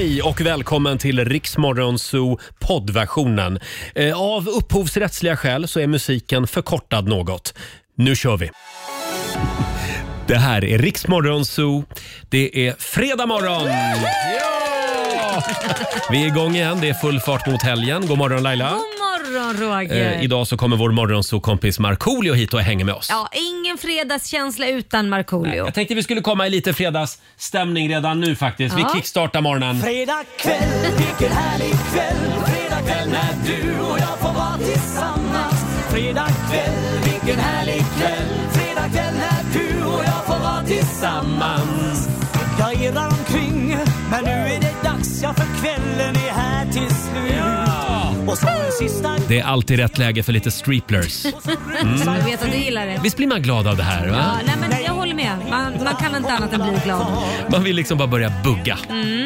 Hej och välkommen till Riksmorgon Zoo poddversionen. Av upphovsrättsliga skäl så är musiken förkortad något. Nu kör vi! Det här är Riksmorgon Zoo. Det är fredag morgon! Ja! Vi är igång igen, det är full fart mot helgen. God morgon Laila! God morgon Roger! Idag så kommer vår morgonzoo-kompis Markoolio hit och hänger med oss. Ja, ingen fredagskänsla utan Markoolio. Jag tänkte vi skulle komma i lite fredagsstämning redan nu faktiskt. Ja. Vi kickstartar morgonen. Fredag kväll, vilken härlig kväll. Fredag kväll när du och jag får vara tillsammans. Fredag kväll, vilken härlig kväll. Fredag kväll när du och jag får vara tillsammans. Jag irrar omkring, men nu är det dags, ja, för kvällen är här till slut. Ja. Och så en sista... Det är alltid rätt läge för lite streeplers. Jag vet att du gillar det. Visst blir man glad av det här, va? Ja, nej, men jag håller med. Man kan inte annat än bli glad. Man vill liksom bara börja bugga.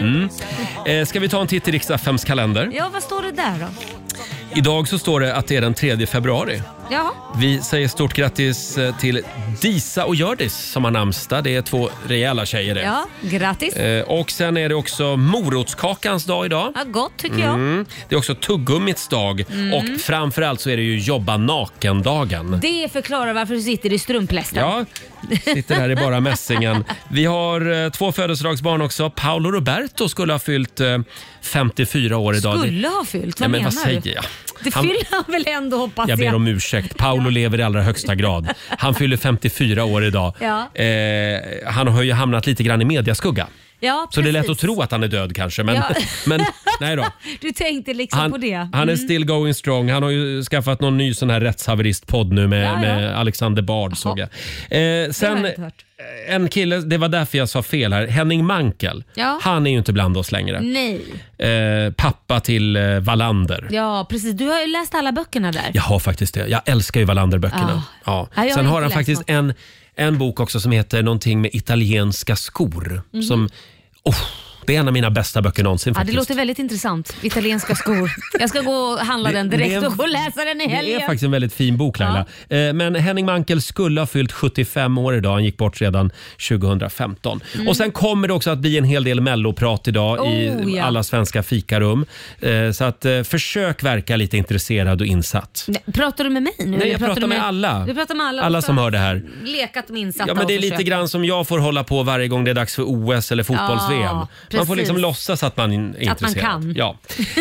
Ska vi ta en titt i Rix FMs kalender? Ja, vad står det där då? Idag så står det att det är den 3 februari. Ja. Vi säger stort grattis till Disa och Hjördis som har namnsdag. Det är 2 rejäla tjejer det. Ja, grattis. Och sen är det också morotskakans dag idag. Ja, gott tycker jag. Det är också tuggummits dag. Och framförallt så är det ju jobba naken-dagen. Det förklarar varför du sitter i strumplästen. Ja, sitter här i bara mässingen. Vi har 2 födelsedagsbarn också. Paolo Roberto skulle ha fyllt 54 år idag. Skulle ha fyllt, vad men menar vad säger du? jag? Det fyller han väl ändå, hoppas Jag ber om ursäkt. Paolo lever i allra högsta grad. Han fyller 54 år idag. Ja. Han har ju hamnat lite grann i mediaskugga. Ja, Så det är lätt precis. att tro att han är död kanske. Men, Ja. men nej då. Du tänkte liksom på det. Han är still going strong. Han har ju skaffat någon ny sån här rättshaverist-podd nu med Alexander Bard, såg jag. Sen jag inte hört. en kille, det var därför jag sa fel här. Henning Mankell. Ja. Han är ju inte bland oss längre. Nej. Pappa till Wallander. Ja, precis. Du har ju läst alla böckerna där. Jag har faktiskt det. Jag älskar ju Wallander-böckerna. Ja. Ja, jag Sen har har han inte läst faktiskt en bok också som heter någonting med italienska skor. Som, det är en av mina bästa böcker någonsin Ja, faktiskt. det låter väldigt intressant. Italienska skor. Jag ska gå och handla den direkt och gå och läsa den i Det helgen. är faktiskt en väldigt fin bok, Laila. Men Henning Mankell skulle ha fyllt 75 år idag. Han gick bort redan 2015. Och sen kommer det också att bli en hel del melloprat idag i alla svenska fikarum. Så att försök verka lite intresserad och insatt. Pratar du med mig nu? Nej, jag pratar med alla. Du pratar med alla. Alla som hör det här. Lekat med insatta. Ja, men det är och lite försökt. grann som jag får hålla på varje gång det är dags för OS eller fotbolls-VM. Ja, Man får liksom precis. låtsas att man är intresserad. Att man kan. Ja.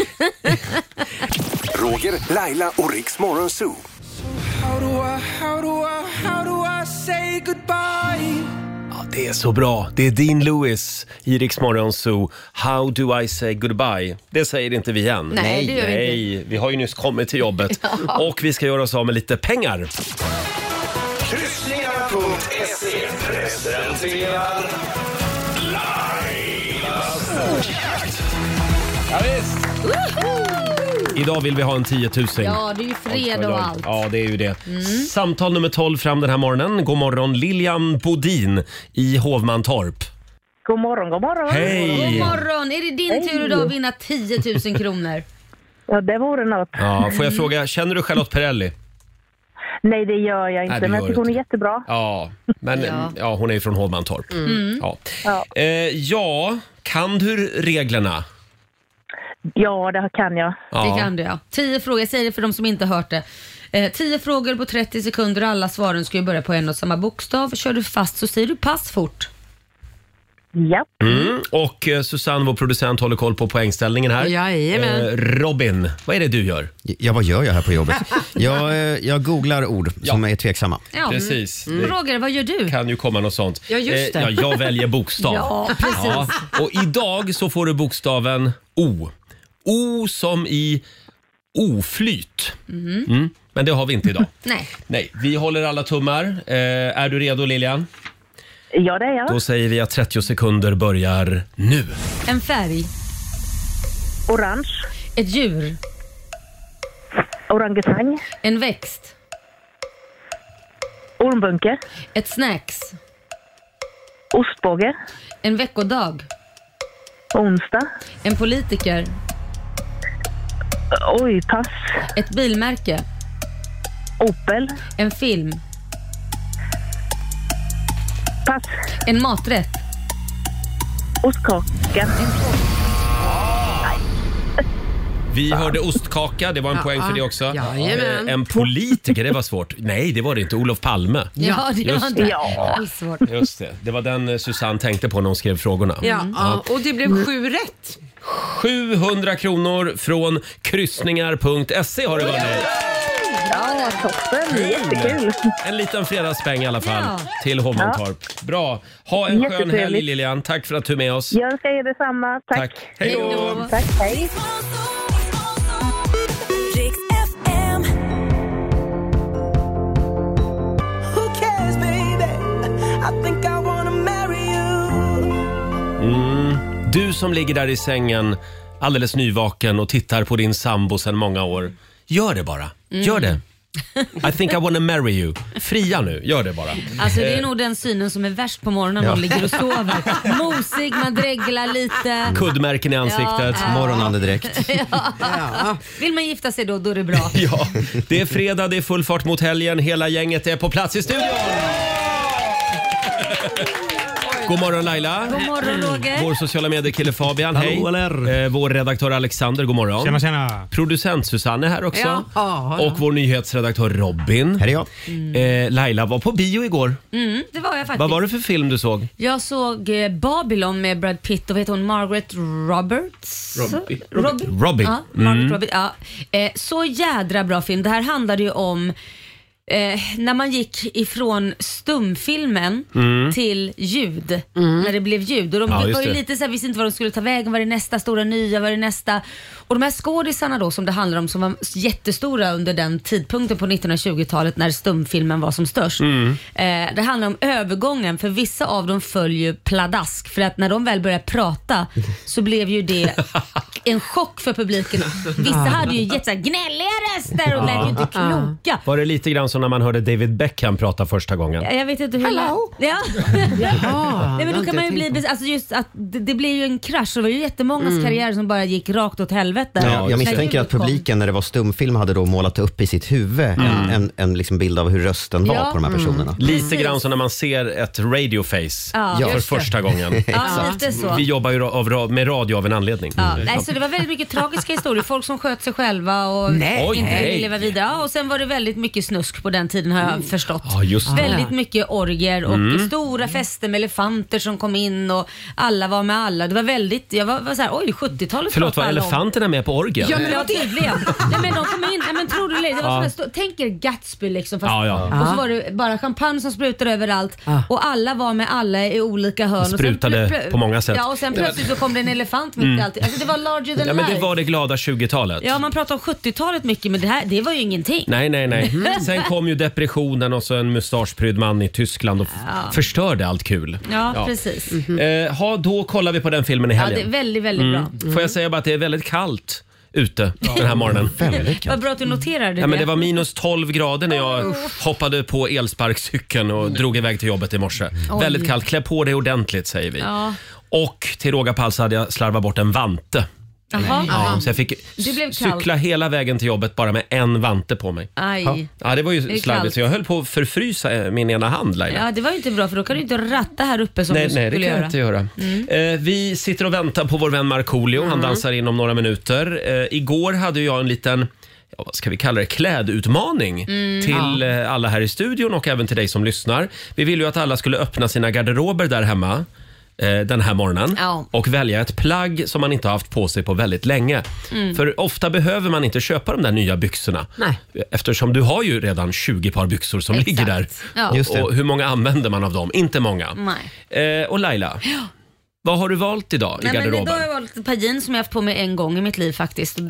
Roger, Laila och Riks Morgonzoo. How do I say goodbye? Ja, det är så bra. Det är Dean Lewis i Riks Morgonzoo. How do I say goodbye? Det säger inte vi än. Nej, det gör vi Nej, vi har ju nyss kommit till jobbet. Och vi ska göra oss av med lite pengar. Kryssningar.se presenterar Lailas ordjakt. Ja, visst. Idag vill vi ha en 10 000. Ja, det är ju fredag och allt. Ja, det är ju det. Samtal nummer 12 fram den här morgonen. God morgon, Lilian Bodin i Hovmantorp. God morgon, god morgon. Hej! God morgon. Är det din tur idag att vinna 10 000 kronor? Ja, det vore något. Ja, får jag fråga, känner du Charlotte Perrelli? Nej, det gör jag inte, Nej, det men gör jag tycker hon du är inte. jättebra. Ja, men ja, hon är ju från Hovmantorp. Ja. Ja. Ja, kan du reglerna? Ja, det kan jag. Ja. Det kan du, ja. 10 frågor, jag säger det för de som inte har hört det. 10 frågor på 30 sekunder och alla svaren ska ju börja på en och samma bokstav. Kör du fast så säger du pass fort. Ja. Och Susanne, vår producent, håller koll på poängställningen här. Jajamän. Robin, vad är det du gör? Ja, vad gör jag här på jobbet? Jag googlar ord som är tveksamma. Ja. Precis. Roger, vad gör du? Kan ju komma något sånt. Ja, just det. Ja, jag väljer bokstav. Ja, precis. Ja. Och idag så får du bokstaven O. O som i oflyt. Men det har vi inte idag. Nej, vi håller alla tummar. Är du redo, Lilian? Ja, det är jag. Då säger vi att 30 sekunder börjar nu. En färg. Orange. Ett djur. Orangutang. En växt. Ormbunke. Ett snacks. Ostbåge. En veckodag. Onsdag. En politiker. Oj, pass. Ett bilmärke. Opel. En film. Pass. En maträtt. Ostkaka. Vi hörde ostkaka, det var en poäng för det också. Jajamän. En politiker, det var svårt. Nej, det var det inte. Olof Palme. Ja, det Just var inte alls svårt. Just det. Det var den Susanne tänkte på när hon skrev frågorna. Ja, och det blev 7 rätt. 700 kronor från kryssningar.se har du vunnit. Ja, toppen. Jättekul. En liten fredagspeng i alla fall till Hovmantorp. Bra. Ha en skön helg, Lilian. Tack för att du är med oss. Jag ska ge detsamma. Tack. Hej då. Tack, hej. Du som ligger där i sängen alldeles nyvaken och tittar på din sambo sedan många år. Gör det bara. Gör det. I think I wanna marry you. Fria nu, gör det bara. Alltså det är nog den synen som är värst på morgonen när man ligger och sover. Mosig, man dreglar lite. Kuddmärken i ansiktet. Morgonandedräkt. Vill man gifta sig då är det bra. Ja, det är fredag, det är full fart mot helgen. Hela gänget är på plats i studion. God morgon Laila. God morgon Roger. Vår sociala medier-kille Fabian, hej. Vår redaktör Alexander, god morgon. Tjena, tjena. Producent Susanne är här också. Ja. Och vår nyhetsredaktör Robin. Här är jag. Laila var på bio igår. Det var jag faktiskt. Vad var det för film du såg? Jag såg Babylon med Brad Pitt och vet hon Margaret Roberts? Robin. Ja, Margaret Robbie. Ja. Så jädra bra film. Det här handlade ju om när man gick ifrån stumfilmen till ljud, när det blev ljud och de var ju lite så här, visste inte vad de skulle ta vägen, var det nästa stora nya, var det nästa, och de här skådisarna då som det handlar om som var jättestora under den tidpunkten på 1920-talet när stumfilmen var som störst. Det handlar om övergången, för vissa av dem följer pladask, för att när de väl började prata så blev ju det en chock för publiken. Vissa hade ju jättegnälliga röster och lät ju inte kloka. Var det lite grann som när man hörde David Beckham prata första gången? Jag vet inte hur... Hello. Ja. Nej, men då kan man ju tänkt bli... Alltså just att det blir ju en krasch. Det var ju jättemångas karriär som bara gick rakt åt helvete. Ja, jag misstänker att publiken när det var stumfilm hade då målat upp i sitt huvud en liksom bild av hur rösten var på de här personerna. Lite grann som när man ser ett radioface för första gången. Ja, lite så. Vi jobbar ju med radio av en anledning. Nej, så det var väldigt mycket tragiska historier. Folk som sköt sig själva och inte ville leva vidare. Ja, och sen var det väldigt mycket snusk på den tiden har jag förstått. Väldigt mycket orger och stora fester med elefanter som kom in och alla var med alla. Det var väldigt, jag var så här, 70-talet. Förlåt, var elefanterna med på orgen? Ja, men tydligen. Ja, men de kom in, ja, men tror du det var tänk er Gatsby liksom, fast, och så var det bara champagne som sprutade överallt och alla var med alla i olika hörn. Sprutade och sen, på många sätt. Ja, och sen plötsligt så kom det en elefant mitt i allt. Alltså det var larger than life. Men det var det glada 20-talet. Ja, man pratar om 70-talet mycket, men det var ju ingenting. Nej. Sen kom ju depressionen och så en mustaschprydd man i Tyskland och förstörde allt kul. Ja, precis. Då kollar vi på den filmen i helgen. Ja, det är väldigt, väldigt bra. Får jag säga bara att det är väldigt kallt ute den här morgonen. Vad bra att du noterade det. Ja, men det var minus 12 grader när jag hoppade på elsparkcykeln och drog iväg till jobbet i morse. Väldigt kallt. Klä på dig ordentligt, säger vi. Ja. Och till råga på allt hade jag slarvat bort en vante. Så jag fick cykla hela vägen till jobbet bara med en vante på mig. Aj. Ja, det var ju slarvigt, så jag höll på att förfrysa min ena hand, Laila. Ja, det var ju inte bra, för då kan du inte ratta här uppe som du skulle göra. Nej, det kan jag inte göra. Vi sitter och väntar på vår vän Markoolio. Han dansar in om några minuter. Igår hade jag en liten, vad ska vi kalla det, klädutmaning till alla här i studion och även till dig som lyssnar. Vi ville ju att alla skulle öppna sina garderober där hemma den här morgonen och välja ett plagg som man inte har haft på sig på väldigt länge. För ofta behöver man inte köpa de där nya byxorna. Nej. Eftersom du har ju redan 20 par byxor som ligger där. Ja. Just det. Och hur många använder man av dem? Inte många. Och Laila, vad har du valt idag i garderoben? Men idag har jag valt ett par jeans som jag haft på mig en gång i mitt liv faktiskt.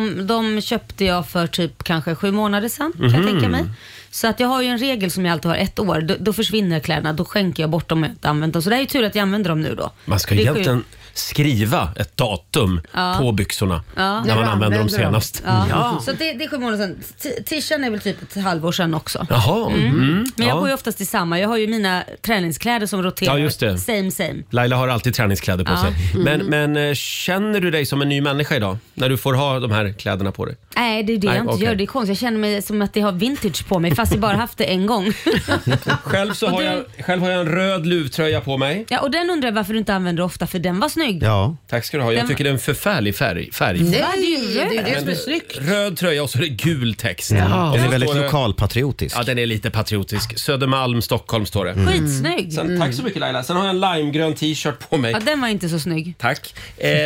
De köpte jag för typ kanske 7 månader sedan, kan jag tänka mig. Så att jag har ju en regel som jag alltid har 1 år. Då försvinner kläderna, då skänker jag bort dem och inte använt dem. Så det är ju tur att jag använder dem nu då. Man ska egentligen skriva ett datum på byxorna när man använder dem senast. Så det är 7 månader sedan. T-shirten är väl typ ett halvår sedan också. Jaha. Men jag går ju oftast i samma. Jag har ju mina träningskläder som roterar. Ja, just det. Same. Laila har alltid träningskläder på sig. Men känner du dig som en ny människa idag när du får ha de här kläderna på dig? Nej, det är det jag inte okej. gör. Det är konstigt. Jag känner mig som att det har vintage på mig fast jag bara haft det en gång. Själv har jag en röd luvtröja på mig. Ja, och den undrar jag varför du inte använder ofta, för den var snygg. Ja. Tack ska du ha. Jag tycker det är en förfärlig färg. Nej, det är det som är snyggt. Röd tröja och så är det gul text. Den är väldigt står det- lokalpatriotisk. Ja, den är lite patriotisk. Södermalm, Stockholm står det. Skitsnygg. Sen, tack så mycket Laila. Sen har jag en limegrön t-shirt på mig. Ja, den var inte så snygg. Tack.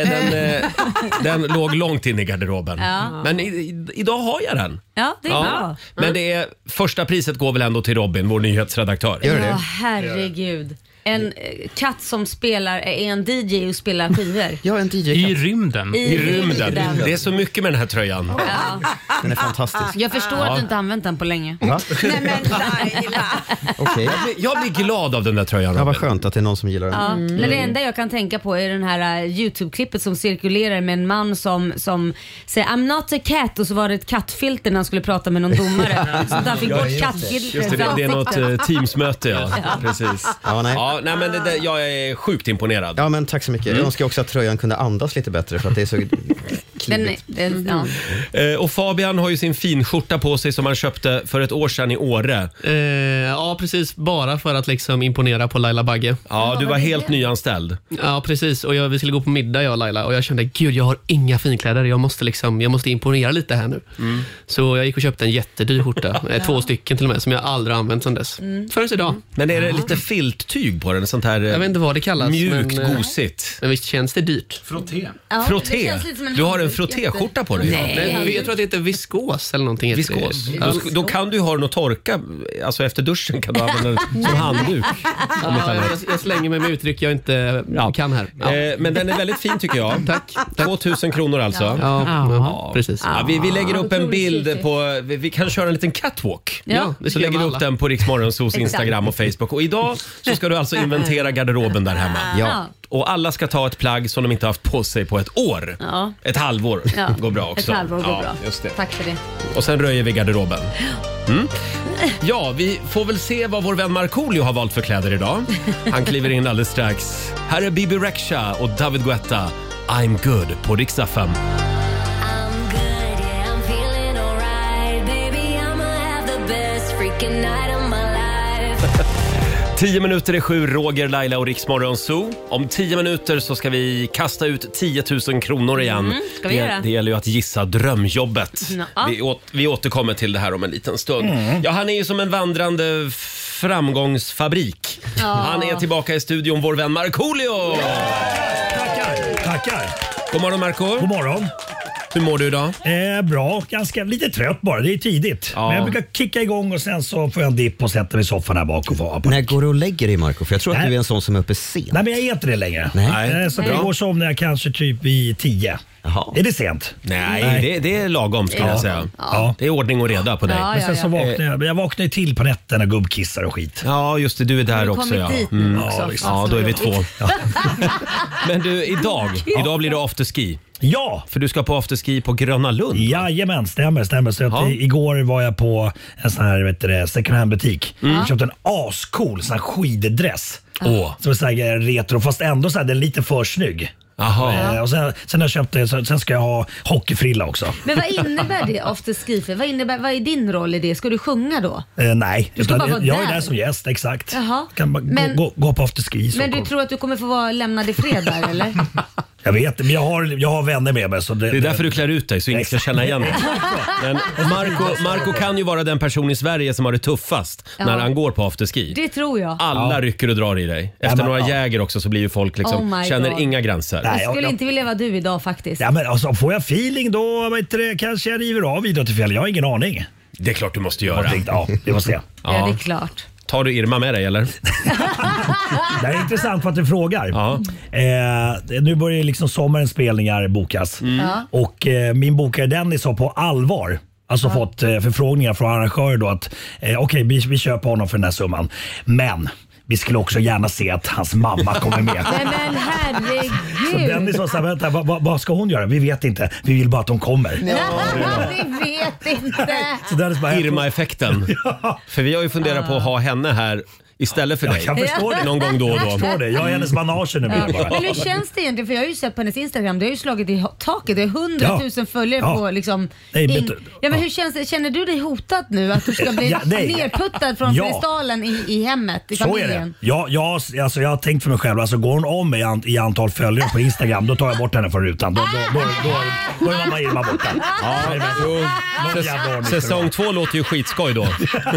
Den låg långt in i garderoben. Ja. Men idag har jag den. Ja, det är bra. Men första priset går väl ändå till Robin, vår nyhetsredaktör. Gör det? Ja, herregud. En katt som är en DJ och spelar skivor. Ja, en DJ. I rymden. I rymden. Det är så mycket med den här tröjan. Ja. Den är fantastisk. Jag förstår att du inte använt den på länge. Va? Nej, men Laila. Okej. Jag blir glad av den där tröjan. Ja, vad Robin. skönt att det är någon som gillar den. Ja. Men det enda jag kan tänka på är den här YouTube-klippet som cirkulerar med en man som säger I'm not a cat och så var det ett kattfilter när han skulle prata med någon domare. Så han fick bort kattfiltret. Just det är något Teams-möte, ja. Precis. Ja, nej. Nej, men jag är sjukt imponerad. Ja, men tack så mycket. Jag önskar också att tröjan kunde andas lite bättre för att det är så klibigt. Ja. Och Fabian har ju sin finskjorta på sig som han köpte för ett år sedan i Åre. Ja, precis. Bara för att liksom imponera på Laila Bagge. Ja, du var helt nyanställd. Ja, precis. Och vi skulle gå på middag, jag och Laila. Och jag kände, gud, jag har inga finkläder. Jag måste imponera lite här nu. Så jag gick och köpte en jättedyr skjorta. 2 stycken till och med, som jag aldrig använt sedan dess. Förrän idag. Men är det lite filttyg på den? Sånt här Jag vet inte vad det kallas. mjukt, men, gosigt. Men visst känns det dyrt. Ja, det Frotté? känns lite som en Du har en handduk. frottéskjorta på dig? Nej, jag tror att det heter viskos eller någonting. heter det. Viskos. Ja. Då kan du ha den att torka. Alltså efter duschen kan du använda den som handduk. Ja, jag slänger mig med uttryck jag inte kan här. Ja. Men den är väldigt fin tycker jag. Tack. 2000 kronor alltså. Ja, precis. Ja, vi lägger upp en otroligt bild tjusigt. på... Vi kan köra en liten catwalk. Ja. det Så lägger vi upp den på Riksmorgonsos Instagram och Facebook. Och idag så ska du alltså inventera garderoben där hemma. Ja. Och alla ska ta ett plagg som de inte har haft på sig på ett år. Ja. Ett halvår Ja. går bra också. Ett halvår går bra. Just det. Tack för det. Och sen röjer vi garderoben. Ja, vi får väl se vad vår vän Markoolio har valt för kläder idag. Han kliver in alldeles strax. Här är Bibi Rexha och David Guetta. I'm good på Rix FM. 6:50, Roger, Laila och Riksmorgon Zoo. Om 10 minuter så ska vi kasta ut 10 000 kronor igen. ska vi göra. Det gäller ju att gissa drömjobbet. Ja. Vi återkommer till det här om en liten stund. Ja, han är ju som en vandrande framgångsfabrik. Han är tillbaka i studion, vår vän Markoolio. Tackar. God morgon Marco. God morgon. Hur mår du idag? Bra, ganska lite trött bara. Det är tidigt. Ja. Men jag brukar kicka igång och sen så får jag en dipp och sätta mig i soffan här bak och få på. När går du och lägger dig, Marco? För jag tror att Nej. du är en sån som är uppe sent. Nej, men jag är inte det längre. Nej. Så igår somnade jag kanske typ vid 10. Jaha. Är det sent? Nej. Det är lagom skulle jag säga. Ja. Det är ordning och reda på dig. Ja, Men sen så vaknar jag vaknar ju till på nätterna och gubbkissar och skit. Ja, just det. Du är där Har du också. kommit Ja. dit nu också? Ja, visst. Ja, då är vi 2. Men du, idag blir det afterski. Ja! För du ska på afterski på Gröna Lund. Jajamän, stämmer. Så att Ja. igår var jag på en sån här second hand butik. Jag köpte en ascool sån här skiddress. Som är så här retro fast ändå så här, den är lite för snygg. Jaha. Och sen jag köpte, sen ska jag ha hockeyfrilla också. Men vad innebär det afterski? Vad är din roll i det? Ska du sjunga då? Nej, Du ska bara vara jag är där. där som gäst, exakt. Jaha. Kan bara gå på afterski i Men Stockholm. du tror att du kommer få vara lämnad i fred där eller? Jag vet, men jag har vänner med mig. Så Det är därför du klär ut dig så ingen ska känna igen dig. Men Marco kan ju vara den person i Sverige som har det tuffast när han går på afterski. Det tror jag. Alla rycker och drar i dig. Efter några jäger också så blir ju folk liksom, Oh my känner God. inga gränser. Nej, Jag skulle inte vilja vara du idag faktiskt. Ja, men alltså, får jag feeling då kanske jag river av idrottstillfället. Jag har ingen aning. Det är klart du måste göra. Ja, det måste jag. Ja, det är klart. Tar du Irma med dig eller? Det är intressant för att du frågar. Ja. Nu börjar liksom sommarens spelningar bokas. Och min bokare Dennis har på allvar fått förfrågningar från arrangörer då att okej, vi köper honom för den här summan. Men vi skulle också gärna se att hans mamma kommer med. Nej men herregud. Så Dennis var såhär, vänta, vad ska hon göra? Vi vet inte. Vi vill bara att de kommer. Vi vet inte. Så Dennis bara, Irma-effekten. För vi har ju funderat på att ha henne här istället för dig. Jag förstår det. Någon gång då och då. Jag förstår det. Jag är hennes banager nu. Men hur känns det egentligen? För jag har ju sett på hennes Instagram, det har ju slagit i taket. Det är 100 000 följare på liksom... men hur känns det? Känner du dig hotad nu? Att du ska bli nerputtad från pedestalen i hemmet, i familjen? Så är det. Jag har tänkt för mig själv, alltså går hon om i antal följare på Instagram, då tar jag bort henne från rutan. Då är mamma Irma borta. Säsong 2 låter ju skitskoj då.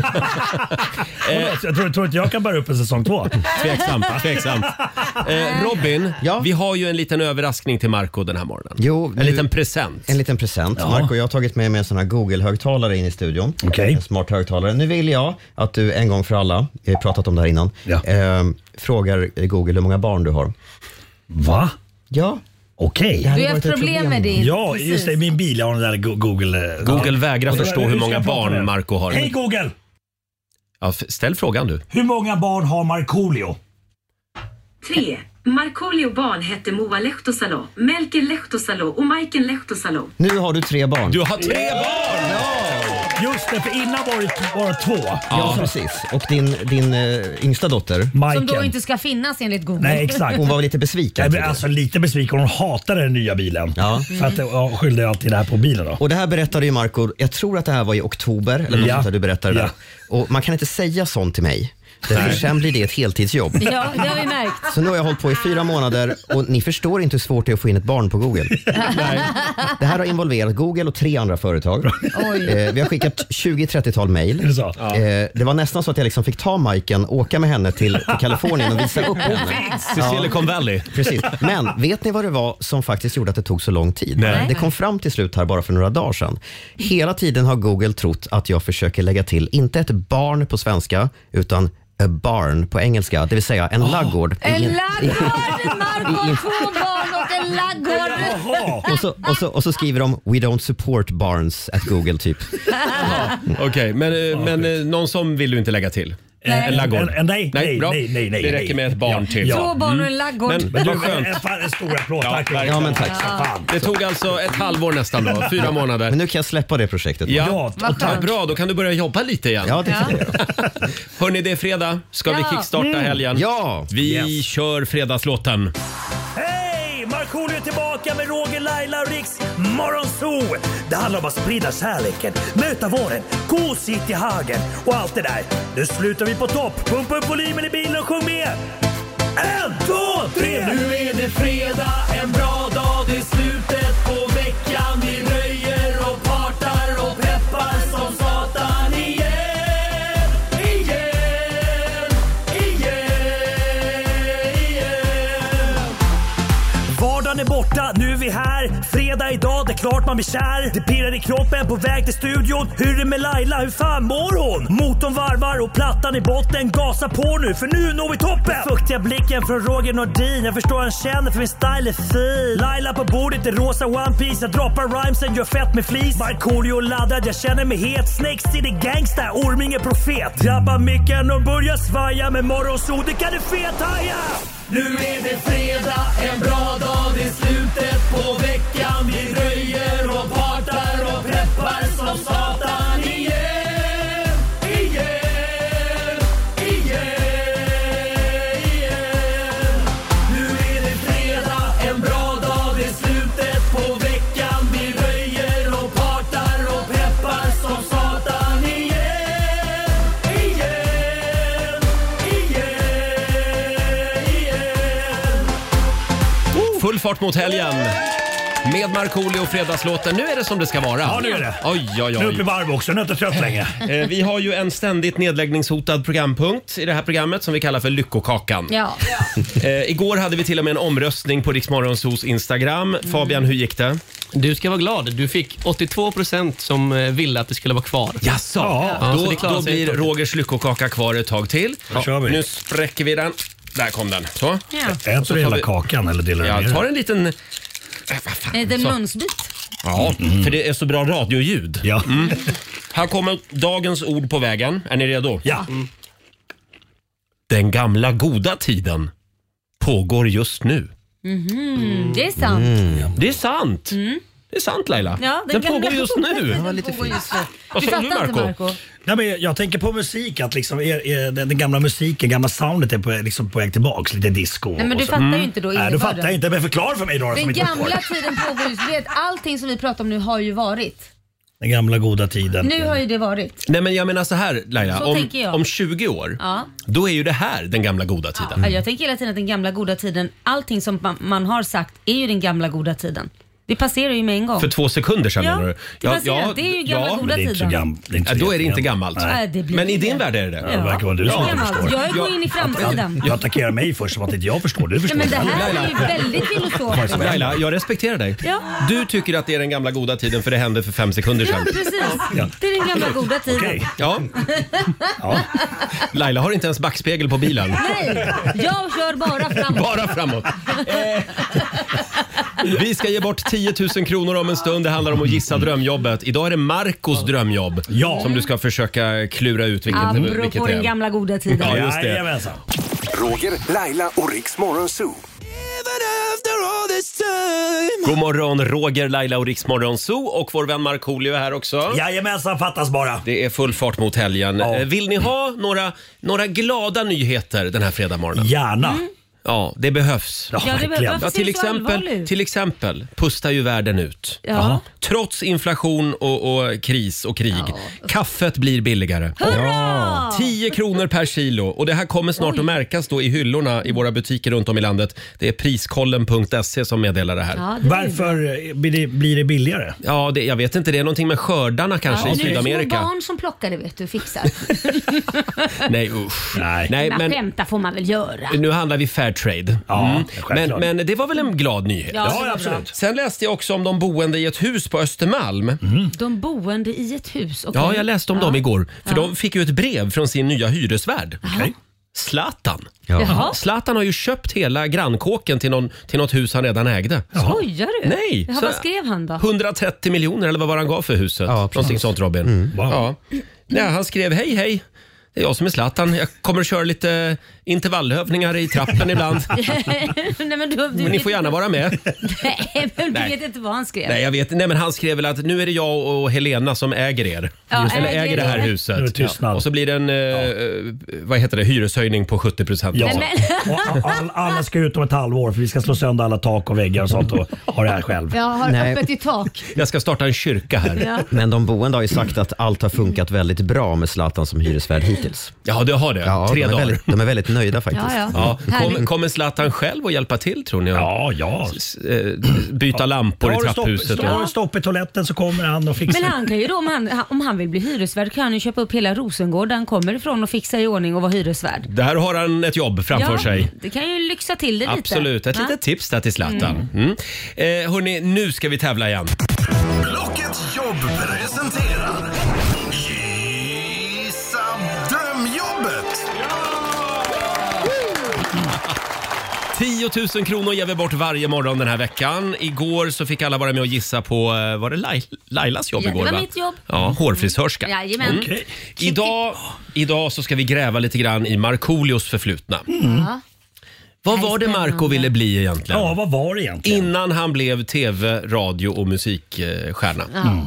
Jag tror inte jag kan bära upp en säsong 2. Tveksamt. Robin, vi har ju en liten överraskning till Marco den här morgonen. En liten present. En liten present. Marco, jag har tagit med mig en sån här Google-högtalare in i studion. En smart högtalare. Nu vill jag att du en gång för alla, jag har pratat om det här innan, frågar Google hur många barn du har. Va? Ja. Du har haft problem med din. Ja, just det. Min bil har den där Google. Google vägrar förstå hur många barn Marco har. Hej Google! Ja, ställ frågan du. Hur många barn har Markoolio? 3. Markoolio barn hette Moa Lehtosalo, Melker Lehtosalo och Maiken Lehtosalo. Nu har du 3 barn. Du har 3 barn! Ja! Just det, för innan var det 2. Ja, precis. Och din yngsta dotter, Maiken. Som då inte ska finnas enligt Google. Nej, exakt. Hon var lite besviken. Alltså lite besviken. Hon hatade den nya bilen. Ja. För att jag skyllde alltid det här på bilen då. Och det här berättade ju Marco, jag tror att det här var i oktober, eller något sånt där du berättade det. Och man kan inte säga sånt till mig. Därför sen blir det ett heltidsjobb. Ja, det har vi märkt. Så nu har jag hållit på i 4 månader och ni förstår inte hur svårt det är att få in ett barn på Google. Nej. Det här har involverat Google och 3 andra företag. Vi har skickat 20-30-tal mejl. Det var nästan så att jag liksom fick ta Maiken, åka med henne till Kalifornien och visa upp henne. Till Silicon Valley. Precis. Men vet ni vad det var som faktiskt gjorde att det tog så lång tid? Nej. Det kom fram till slut här bara för några dagar sedan. Hela tiden har Google trott att jag försöker lägga till, inte ett barn på svenska, utan a barn på engelska, det vill säga en laggård. En laggård! Marco, 2 barn och en laggård. Och så skriver de we don't support barns at Google typ. Okej, men någon som vill du inte lägga till? En laggård? Nej. Det räcker med ett barn till. 2 barn och en laggård. Men vad skönt. En stor applåd, tack. Ja, men tack. Det tog alltså ett halvår nästan då, 4 månader. Men nu kan jag släppa det projektet. Ja, bra, då kan du börja jobba lite igen. Ja, det kan jag. Hörrni, det är fredag. Ska vi kickstarta helgen? Ja! Vi kör fredagslåten. Hej! Markoolio är tillbaka med Roger, Laila och Riks Morgonzoo. Det handlar om att sprida kärleken, möta våren, gosigt i hagen och allt det där. Nu slutar vi på topp. Pumpa upp volymen i bilen och sjung med. 1, 2, 3! Nu är det fredag, en bra dag, det är slutet på veckan. Vi röjer och partar och peppar som satan igen. Vardagen är borta, nu är vi här. Fredag idag, det är klart man blir kär. Det pirrar i kroppen på väg till studion. Hur är det med Laila, hur fan mår hon? Motorn varvar och plattan i botten. Gasa på nu, för nu når vi toppen. Fuktiga blicken från Roger Nordin. Jag förstår han känner för min style är fin. Laila på bordet i rosa One Piece. Jag droppar rhymesen, gör fett med flis. Markoolio laddad, jag känner mig het. Snakes City gangsta, Orminge profet. Drabbar micken och börjar svaja. Med Morgonzoo, det kan du fethaja. Nu är det fredag, en bra dag, det är slutet på veckan. Vi röjer och partar och peppar som satan igen. Nu är det fredag, en bra dag, det är slutet på veckan. Vi röjer och partar och peppar som satan igen. Full fart mot helgen. Med Markoolio och fredagslåten. Nu är det som det ska vara. Ja, nu är det. Oj. Nu upp i varv också, nu är inte trött längre. Vi har ju en ständigt nedläggningshotad programpunkt i det här programmet som vi kallar för Lyckokakan. Ja. Igår hade vi till och med en omröstning på Rix Morgonzoos Instagram. Fabian, hur gick det? Du ska vara glad. Du fick 82% som ville att det skulle vara kvar. Jaså? Ja, då blir Rogers lyckokaka kvar ett tag till. Nu spräcker vi den. Där kom den. Så. Ja. Äter du hela kakan eller delar du ner? Jag tar en liten... En liten munsbit. Ja, för det är så bra radioljud. Ja. Här kommer dagens ord på vägen. Är ni redo? Ja. Den gamla goda tiden pågår just nu. Det är sant. Det är sant. Det är sant Laila. Ja, den pågår just nu. Det var lite fint. Vad sa du Marco? Nej, men jag tänker på musik, att liksom är den gamla musiken, gamla soundet är på väg tillbaks, lite disco. Nej, men du fattar ju inte då. Nej, du fattar inte, men förklara för mig då. Den gamla tiden pågår ju, vet, allting som vi pratar om nu har ju varit. Den gamla goda tiden. Nu har ju det varit. Nej men jag menar så här Laila, Så tänker jag. om 20 år, då är ju det här den gamla goda tiden. Ja, jag tänker hela tiden att den gamla goda tiden, allting som man har sagt är ju den gamla goda tiden. Det passerar ju med en gång. För 2 sekunder sedan menar du? Det är ju gamla goda tiden. Då är det inte gammalt. Nej, men i din värld är det det. Det verkar vara du som förstår. Jag går in i framtiden. Du attackerar mig först som att inte jag förstår. Du förstår. Men det här är ju väldigt filosofiskt. Laila, jag respekterar dig. Ja. Du tycker att det är den gamla goda tiden för det hände för 5 sekunder sedan. Ja, precis. Det är den gamla goda tiden. Okej. Ja. Laila har inte ens backspegel på bilen. Nej, jag kör bara framåt. Bara framåt. Vi ska ge bort 10 000 kronor om en stund. Det handlar om att gissa drömjobbet. Idag är det Marcos drömjobb som du ska försöka klura ut vilket Apropå det den är. gamla goda tiden. Ja, just det. Roger, Laila och Riks Morgonzoo. God morgon, Roger, Laila och Riks Morgonzoo. Och vår vän Markoolio är här också. Jajamensan, fattas bara. Det är full fart mot helgen. Ja. Vill ni ha några glada nyheter den här fredagmorgonen? Gärna. Ja, det behövs. Ja, det verkligen. varför ser du så till exempel pustar ju världen ut. Ja. Trots inflation och kris och krig. Kaffet blir billigare. Hurra! 10 kronor per kilo. Och det här kommer snart att märkas då i hyllorna i våra butiker runt om i landet. Det är priskollen.se som meddelar det här. Ja, det Varför blir det billigare? Ja, jag vet inte. Det är någonting med skördarna kanske i Nu är det Sydamerika. små barn som plockar det, vet du, fixar. Nej, usch. Nej. Men skämta får man väl göra. Nu handlar vi fair trade. Men det var väl en glad nyhet. Ja, absolut. Sen läste jag också om de boende i ett hus på Östermalm. De boende i ett hus? Okay. Ja, jag läste om dem igår. För de fick ju ett brev från sin nya hyresvärd. Okay. Zlatan. Jaha. Zlatan har ju köpt hela grannkåken till något hus han redan ägde. Skojar du? Nej. Jaha, vad skrev han då? 130 miljoner eller vad var han gav för huset? Någonting sånt, Robin. Wow. Ja. Nej, han skrev hej. Det är jag som är Zlatan. Jag kommer att köra lite intervallövningar i trappen ibland. Nej, men ni får gärna vara med. Nej, men du vet inte vad han skrev. Nej, jag vet. Nej, men han skrev väl att nu är det jag och Helena som äger er. Eller äger det här huset. Och så blir det en hyreshöjning på 70%. Ja. Och alla ska ut om ett halvår för vi ska slå sönder alla tak och väggar och sånt och ha det här själv. Jag har öppet i tak. Jag ska starta en kyrka här. Ja. Men de boende har ju sagt att allt har funkat väldigt bra med Zlatan som hyresvärd hittills. Ja, det har det. Ja, 3 dagar. De är väldigt nöjda faktiskt. Ja. Kommer Zlatan själv att hjälpa till, tror ni? Ja. Byta lampor i trapphuset. Har stopp i toaletten så kommer han och fixar. Men han kan ju då, om han vill bli hyresvärd, kan han ju köpa upp hela Rosengård där han kommer ifrån och fixa i ordning och vara hyresvärd. Där har han ett jobb framför sig. Det kan ju lyxa till det lite. Absolut, ett litet tips där till Zlatan. Hörrni, nu ska vi tävla igen. Blockets jobb presenterar Gissa drömjobbet. 10 000 kronor ger vi bort varje morgon den här veckan. Igår så fick alla vara med och gissa på, var det Lailas jobb igår? Det var mitt jobb. Ja, hårfrisörska. Jajamän. Okay. Idag så ska vi gräva lite grann i Markoolios förflutna. Vad var det Marco ville bli egentligen? Ja, vad var det egentligen? Innan han blev tv, radio och musikstjärna.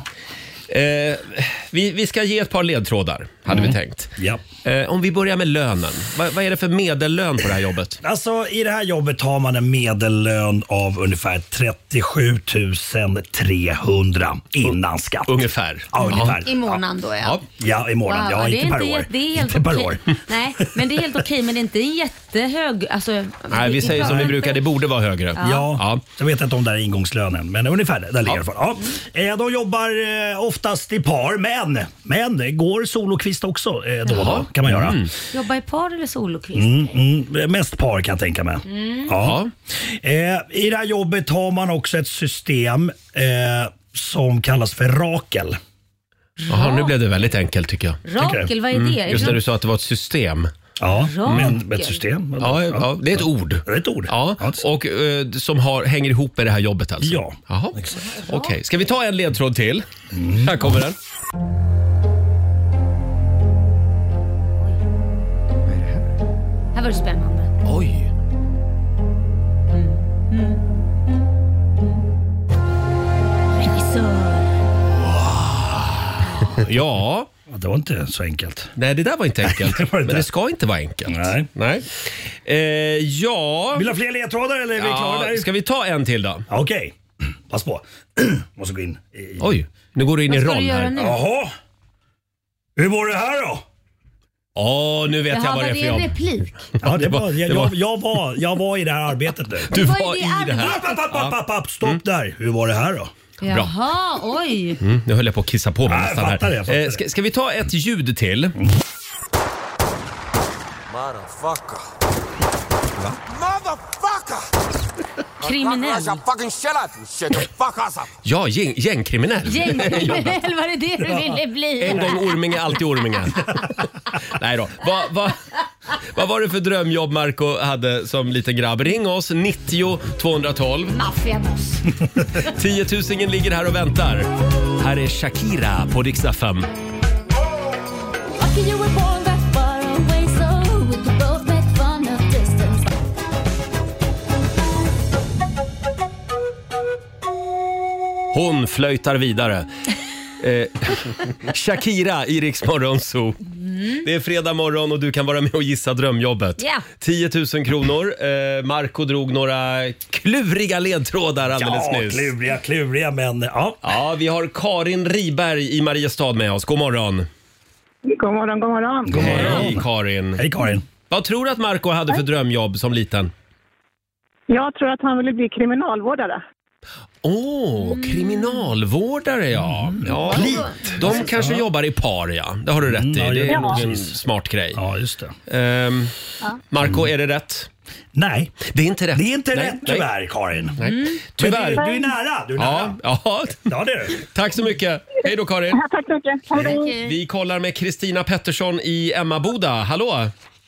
Vi ska ge ett par ledtrådar, hade vi tänkt. Ja. Om vi börjar med lönen. Vad är det för medellön på det här jobbet? Alltså, i det här jobbet har man en medellön av ungefär 37 300 innan skatt. Ungefär. Ja, ungefär. I månaden då, ja. Ja, i månaden. Wow, Ja, inte per år. Det är helt inte per år. Nej, men det är helt okej, men det är inte en jättehög... Alltså, nej, vi säger som vi brukar, det borde vara högre. Ja. Jag vet inte om det är ingångslönen, men ungefär där ligger det för. Ja. De jobbar oftast i par, men det går solokvist också då kan man göra. Jobba i par eller solokvist? Mest par kan jag tänka mig. Ja. I det här jobbet har man också ett system som kallas för Rakel. Jaha, nu blev det väldigt enkelt tycker jag. Rakel, vad är det? Just när du sa att det var ett system. Ja, men ett system. Ja, det är ett ord. Det är ett ord. Ja, och som hänger ihop med det här jobbet alltså? Ja. Jaha. Okej. Ska vi ta en ledtråd till? Här kommer den. Här var det spännande. Ja. Det var inte så enkelt. Nej, det där var inte enkelt. Men det ska inte vara enkelt. Nej. Ja. Vill du ha fler ledtrådar eller är vi klara där? Ska vi ta en till då? Okej. Pass på. Måste gå in i... Oj, nu går du in i roll här. Jaha. Hur var det här då? Nu vet jag vad det är för jobb. replik? Ja, jag var i det här arbetet nu. Du var i det här. Stopp där. Hur var det här då? Jaha, oj. Nu höll jag på att kissa på mig nästan jag fattar här. Ska vi ta ett ljud till? Motherfucker. Kriminell. Ja, gängkriminell. Gängkriminell, var det du ville bli? En gång Orminge, alltid Orminge. Nej då. Vad var det för drömjobb Marco hade som liten grabb? Ring oss, 90 212. Maffiaboss. 10 000 ligger här och väntar. Här är Shakira på Rix FM. Hon flöjtar vidare. Shakira i Rix Morgon Zoo. Det är fredag morgon och du kan vara med och gissa drömjobbet. 10 000 kronor. Marco drog några kluriga ledtrådar alldeles nyss. Kluriga men ja. Ja, vi har Karin Riberg i Mariestad med oss. God morgon. God morgon. Hej Karin. Hej Karin. Vad tror du att Marco hade för drömjobb som liten? Jag tror att han ville bli kriminalvårdare. Kriminalvårdare ja. De kanske jobbar i par, ja. Det har du rätt i. Det är nog en smart grej. Ja, just det. Marco, är det rätt? Nej. Det är inte rätt. Det är inte rätt tyvärr, Karin. Tyvärr. Du är nära. Ja, det är du. Tack så mycket. Hej då Karin. Tack så mycket. Hej. Vi kollar med Kristina Pettersson i Emmaboda. Hallå.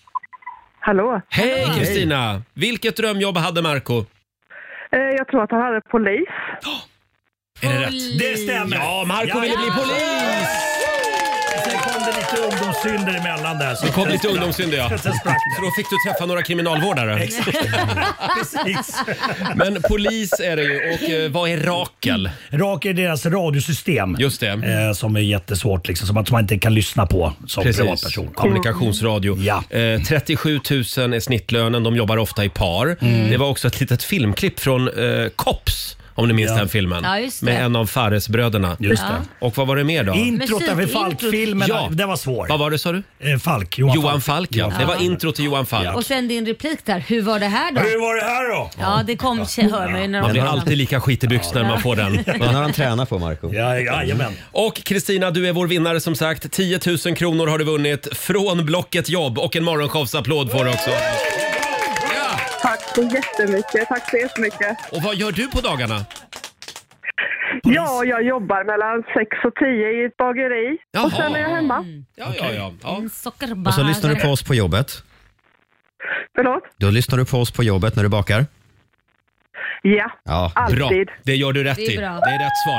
Hej Kristina. Vilket drömjobb hade Marco? Jag tror att han hade polis. Är det rätt? Det stämmer. Ja, Marco ville bli polis. Sen kom det lite ungdomssynder emellan där. Det kom lite ungdomssynder, ja. Så då fick du träffa några kriminalvårdare. Precis. Men polis är det ju. Och vad är Rakel? Rakel är deras radiosystem. Just det. Som är jättesvårt liksom. Som att man inte kan lyssna på som privatperson. Kommunikationsradio. Ja. 37 000 är snittlönen. De jobbar ofta i par. Det var också ett litet filmklipp från Kops. Om ni minns den filmen. Ja, just det. Med en av Fares-bröderna. Just det. Och vad var det mer då? Introt för Falk-filmen, det var svår. Vad var det sa du? Falk. Johan Falk, ja. Det var intro till Johan Falk. Och sen din replik där. Hur var det här då? Ja, det kom, hör man ju när man blir alltid lika skit i byxorna när man får den. Den har han tränat på, Marco. Jajamän. Och Kristina, du är vår vinnare som sagt. 10 000 kronor har du vunnit från Blocket Jobb och en morgonshowsapplåd får du också. Tack så jättemycket. Och vad gör du på dagarna? Ja, jag jobbar mellan 6 och 10 i ett bageri. Jaha. Och sen är jag hemma. Ja. Och så lyssnar du på oss på jobbet. Förlåt? Då lyssnar du på oss på jobbet när du bakar. Ja, alltid. Bra, det gör du rätt i. Det är rätt svar.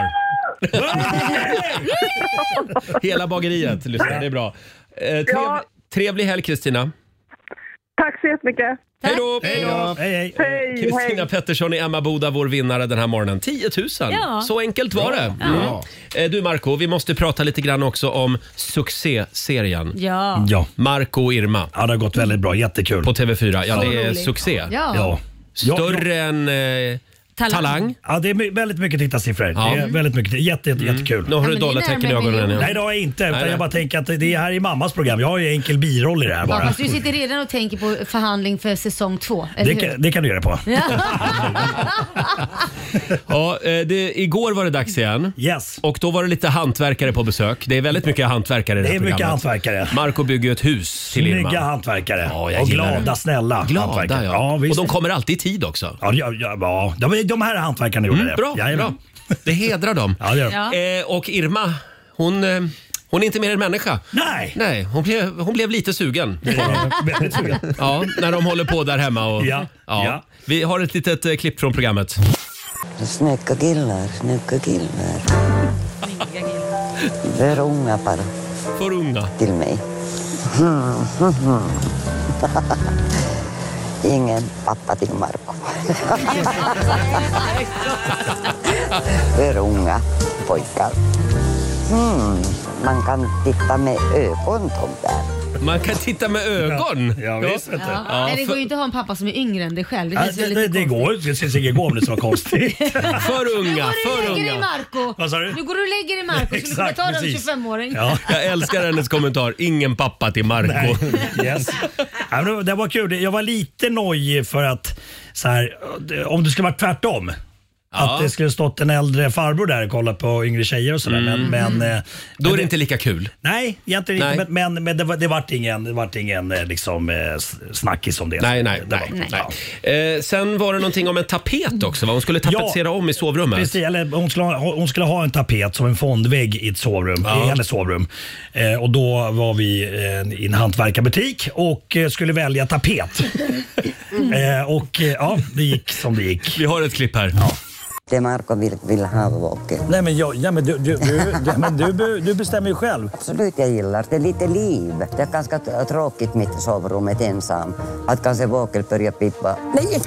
Hela bageriet lyssnar, det är bra. Trevlig helg Kristina. Tack så jättemycket. Hej då! Hej. Kristina Pettersson i Emmaboda, vår vinnare den här morgonen. 10 000. Ja. Så enkelt var det. Du Marco, vi måste prata lite grann också om succéserien. Ja. Marco och Irma. Ja, det har gått väldigt bra. Jättekul. På TV4. Ja, det är roligt. succé. Ja. Större än Talang. Ja, det är väldigt mycket tittarsiffror. Ja. Det är väldigt mycket. Jättekul. Nu har du dollartecken i ögonen. Nej, det har jag inte. Utan jag bara tänker att det är här i mammas program. Jag har ju enkel biroll i det här bara. Fast du sitter redan och tänker på förhandling för säsong 2, Det kan du göra på. Igår var det dags igen. Yes. Och då var det lite hantverkare på besök. Det är väldigt mycket hantverkare i det här mycket programmet. hantverkare. Marco bygger ett hus till Irma. Snygga hantverkare. Ja, jag och gillar glada, det. snälla hantverkare. Ja. Och visst. de kommer alltid i tid också. Ja. De här hantverkarna gjorde det. Bra. Det hedrar dem. Ja, det gör de. Och Irma, hon är inte mer än människa. Nej, hon blev lite sugen. Väldigt sugen. Ja, när de håller på där hemma. Och, Ja. Vi har ett litet klipp från programmet. Snygga killar. För unga bara. För unga. Till mig. Ingen pappa till Marco. För unga pojkar. man kan titta med ögon, Tom där. Man kan titta med ögon? Ja, visst vet du. Men det går ju inte att ha en pappa som är yngre än dig själv. Det går. Det syns inget gå om det så konstigt. För unga, för unga. Vad sa du? Nu går du och lägger dig i Marco. Så du kommer ta den 25-åring. Ja. Jag älskar hennes kommentar. Ingen pappa till Marco. Yes. Det var kul. Jag var lite nojig för att så här, om det skulle varit tvärtom. Att det skulle stått en äldre farbror där och kollat på yngre tjejer och sådär. Men då är det inte lika kul. Nej, egentligen inte. Men det vart ingen liksom, snackis om det. Nej. Sen var det någonting om en tapet också. Va? Hon skulle tapetsera om i sovrummet. Precis, eller hon skulle ha en tapet som en fondvägg i ett sovrum. I hennes sovrum. Och då var vi i en hantverkarbutik och skulle välja tapet. Och det gick som det gick. Vi har ett klipp här. Ja. Det Marco vill ha, Åke. Nej, men du bestämmer ju själv. Absolut, jag gillar det. Lite liv. Det är ganska tråkigt mitt i sovrummet ensam. Att kanske Åke börjar pippa. Nej,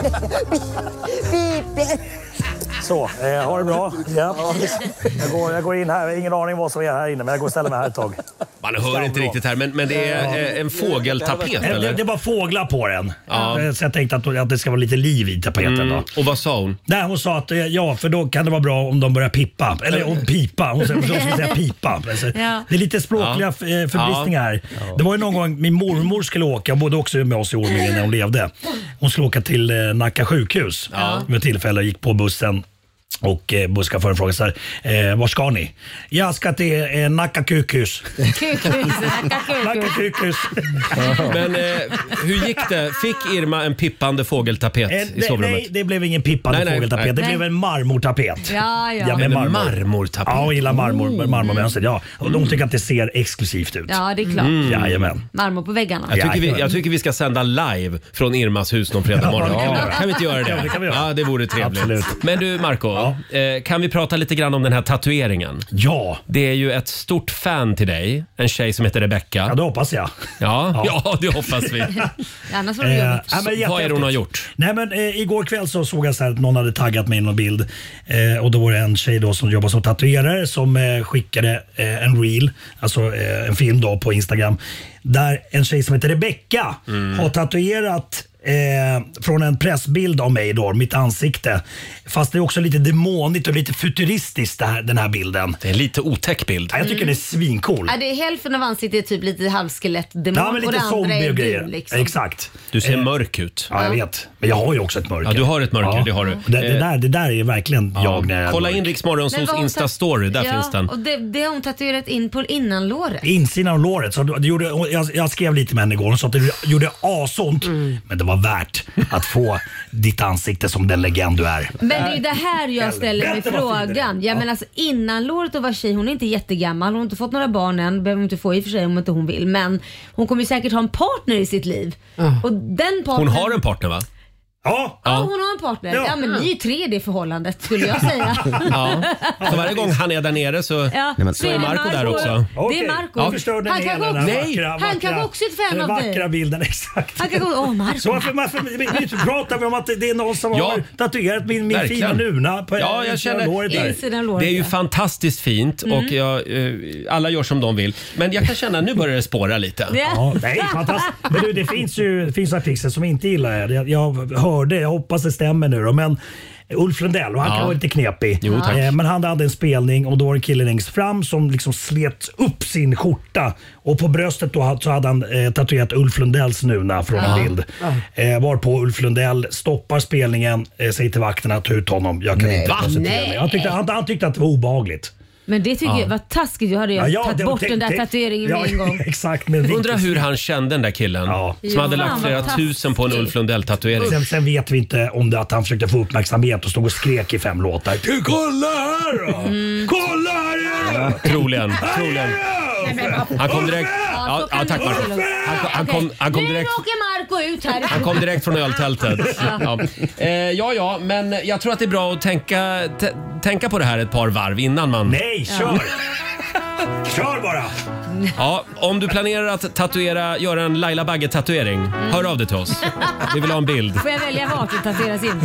pip. Så, ha det bra. Ja. Jag går in här. Jag har ingen aning vad som är här inne, men jag går och ställer mig här ett tag. Man hör inte riktigt här, men det är en fågeltapet, eller? Det var fåglar på den. Ja. Så jag tänkte att det ska vara lite liv i tapeten då. Och vad sa hon? Nej, hon sa att för då kan det vara bra om de börjar pippa. eller om pipa. Hon skulle säga pipa. Alltså, det är lite språkliga förbristningar här. Det var ju någon gång min mormor skulle åka, och bodde också med oss i Orminge när hon levde. Hon skulle åka till Nacka sjukhus. Med tillfälle gick på bussen. Och busschauffören frågade så här, var ska ni? Jag ska till Nacka sjukhus. Nacka sjukhus. Men hur gick det? Fick Irma en pippande fågeltapet i sovrummet? Nej, det blev ingen pippande fågeltapet. Det blev en marmortapet. Ja. En marmortapet? Ja, hon gillar marmormönster. Ja. Och de tycker att det ser exklusivt ut. Ja, det är klart. Jajamän. Marmor på väggarna. Jag tycker vi ska sända live från Irmas hus någon fredag morgon. Kan vi inte göra det? Ja, det vore trevligt. Absolut. Men du, Marco. Kan vi prata lite grann om den här tatueringen? Ja. Det är ju ett stort fan till dig. En tjej som heter Rebecca. Ja, det hoppas jag. Ja, det hoppas vi. Annars var det vad är det hon har gjort? Nej, men igår kväll så såg jag så här att någon hade taggat mig i någon bild. Och då var det en tjej då som jobbar som tatuerare som skickade en reel, alltså en film då på Instagram. Där en tjej som heter Rebecca har tatuerat från en pressbild av mig då, mitt ansikte. Fast det är också lite demonigt och lite futuristiskt den här bilden. Det är en lite otäck bild. Ja, jag tycker det är svincool. Ja, det är hälften av ansiktet typ lite halvskelett-demon. Ja, men lite zombie och grejer. Liksom. Exakt. Du ser mörk ut. Ja, jag vet. Men jag har ju också ett mörker. Ja, du har ett mörker, det har du. Det där är verkligen jag när jag kolla in Rix Morgonzoos Insta-story, där finns den. Och det har hon tatuerat in på innanlåret. Insidan av låret. Så jag skrev lite med henne igår. Hon sa att det gjorde asont. Men det var värt att få ditt ansikte som den legend du är. Men det är ju det här jag ställer mig frågan. Ja, men alltså innanlåret och var tjej, hon är inte jättegammal. Hon har inte fått några barn än. Behöver inte få i och för sig om inte hon vill. Men hon kommer ju säkert ha en partner i sitt liv. Och den partnern... Hon har en partner, va? Ja, hon har en partner. Ja, men ni är ju 3 i förhållandet skulle jag säga. Så varje gång han är där nere så är Marco där också. Det är Marco. Han kan också ett fan av dig. Vackra bilden, exakt. Han kan gå, Marco. Så varför pratar vi om att det är någon som har tatuerat min fina nuna på jag känner låret där. Det är ju fantastiskt fint och alla gör som de vill. Men jag kan känna att nu börjar det spåra lite. Ja, nej, fantastiskt. Men du, det finns artister som inte gillar det. Jag hoppas det stämmer nu då, men Ulf Lundell, och han kan vara lite knepig. Men han hade en spelning och då var det en kille längst fram som liksom slet upp sin skjorta och på bröstet då så hade han tatuerat Ulf Lundells nuna från en bild. Varpå Ulf Lundell stoppar spelningen, säger till vakterna, ta ut honom. Jag kan inte koncentrera mig. Han tyckte att det var obehagligt. Men det tycker jag var taskigt. Jag hade tagit bort den där tatueringen med en gång. Exakt. Undrar hur han kände den där killen som hade lagt flera tusen på en Ulf Lundell-tatuering. Sen vet vi inte om det att han försökte få uppmärksamhet och stod och skrek i 5 låtar. Kolla här då! Kolla här! Troligen. Han kom direkt... tack Marco. Han kom direkt... Nu åker Marco ut här. Han kom direkt från öltältet. Men jag tror att det är bra att tänka på det här ett par varv innan man... Nej, kör! Kör bara! Ja, om du planerar att göra en Laila Bagge-tatuering, hör av dig till oss. Vi vill ha en bild. Får jag välja vart det tatueras in?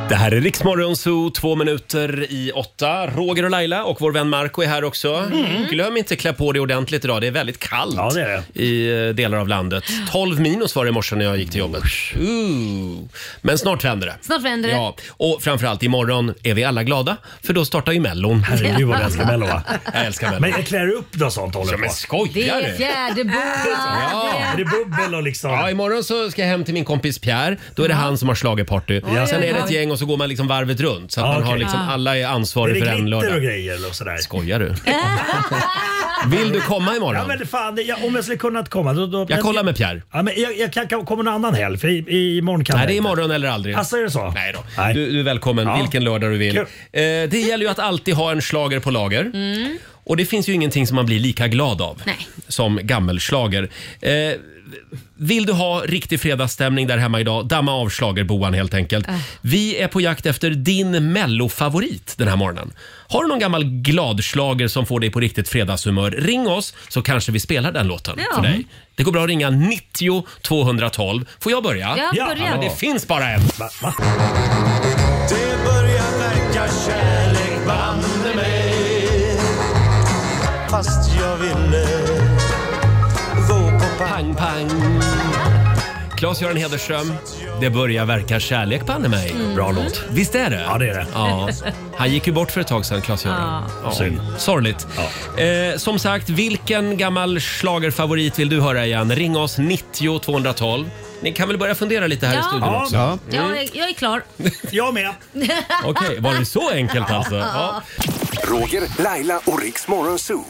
Det här är Riksmorgon Zoo, 7:02. Roger och Laila och vår vän Marco är här också. Glöm inte klä på dig ordentligt idag. Det är väldigt kallt Ja, det är det. i delar av landet. 12 minus var det i morse när jag gick till jobbet. Men snart vänder det. Snart vänder det. Ja, och framförallt imorgon är vi alla glada, för då startar ju Mellon. Herregud vad jag älskar Mello, va? Jag älskar Mellon. Men jag klär upp då sånt håller Ja, på. men skojar Det är du? fjäderboa. Ja. Är det bubbel och liksom... Ja, imorgon så ska jag hem till min kompis Pierre. Då är det han som har schlagerparty. Sen är det ett gäng och så går man liksom varvet runt. Så att man har liksom, alla är ansvariga för en Är det glitter lördag. och grejer och sådär? Skojar du? Vill du komma imorgon? Ja men fan, om jag skulle kunnat komma då Jag kollar med Pierre. Ja, men jag kan komma en annan helg för imorgon kan Nej, jag det är inte. imorgon eller aldrig. Alltså är det så? Nej då. Nej. Du är välkommen vilken lördag du vill. Kul. Det gäller ju att alltid ha en schlager på lager. Och det finns ju ingenting som man blir lika glad av som gammelschlager. Vill du ha riktig fredagsstämning där hemma idag, damma av schlagerboan helt enkelt. Vi är på jakt efter din mellofavorit den här morgonen. Har du någon gammal gladschlager som får dig på riktigt fredagshumör? Ring oss så kanske vi spelar den låten för dig. Det går bra att ringa 90 212. Får jag börja? Ja, börja. Men det finns bara en. Va? Det börjar verka kärlek banne mig. Fast jag ville gå på Pang, pang. Claes-Göran Hederström. Det börjar verka kärlek banne mig. Bra låt. Visst är det? Ja, det är det. Ja. Han gick ju bort för ett tag sedan, Claes-Göran. Synd. Sorgligt. Som sagt, vilken gammal schlagerfavorit vill du höra igen? Ring oss 90 212. Ni kan väl börja fundera lite här i studion också? Ja. Jag är klar. Jag med. Okej, var det så enkelt alltså? Ja. Roger, Laila och Riksmorgon Zoo.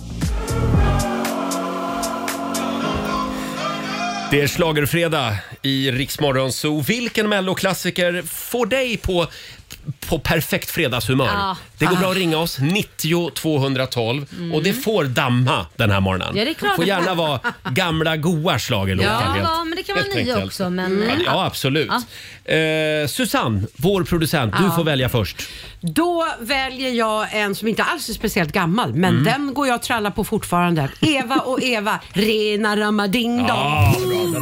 Det är schlagerfredag i Riksmorgon Zoo. Vilken melloklassiker får dig på perfekt fredagshumör? Ja. Det går bra att ringa oss 90 212 och det får damma den här morgonen. Ja, det är klart. Får gärna vara gamla goa schlagerlåtar. Ja, men det kan vara helt nya enkelt. också. Men... Ja, absolut. Susanne, vår producent, du får välja först. Då väljer jag en som inte alls är speciellt gammal, men den går jag och trallar på fortfarande. Eva och Eva, rena ramading dong.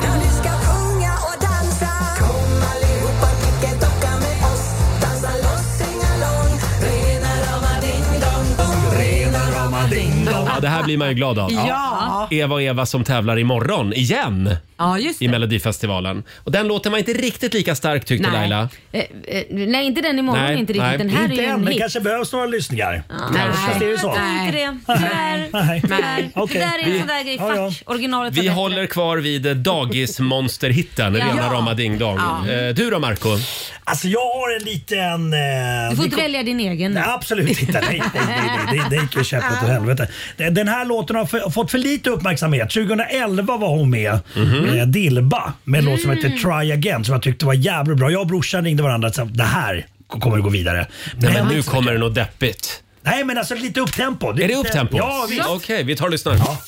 Ja, det här blir man ju glad av. Ja. Eva och Eva som tävlar imorgon igen Ja, just i det. Melodifestivalen. Och den låten var inte riktigt lika stark tyckte Nej. Laila. Nej, inte den imorgon. Nej, Inte riktigt. nej. Den här Inte är ju än, en men hit. kanske behövs några lyssningar. Kanske. Är det så? Jag tror inte det. Tyvärr. Nej. Tyvärr. Okej. Det där är en sån där grej. Ja, ja. Fuck. Originalet var Vi bättre. håller kvar vid dagismonsterhitten, rena rama ding dong. Du då Marco? Alltså jag har en liten... Du får inte välja din egen. Nej, absolut inte. Nej, det gick ju käpprätt åt helvete. Den här låten har fått för lite uppmärksamhet. 2011 var hon med Dilba med en låt som heter Try Again som jag tyckte var jävligt bra. Jag och brorsan ringde varandra och sa det här kommer att gå vidare. Nej, men nu kommer det något deppigt. Nej, men alltså lite upptempo. Är det upptempo? Ja, visst. Okej, vi tar och lyssnar. Ja.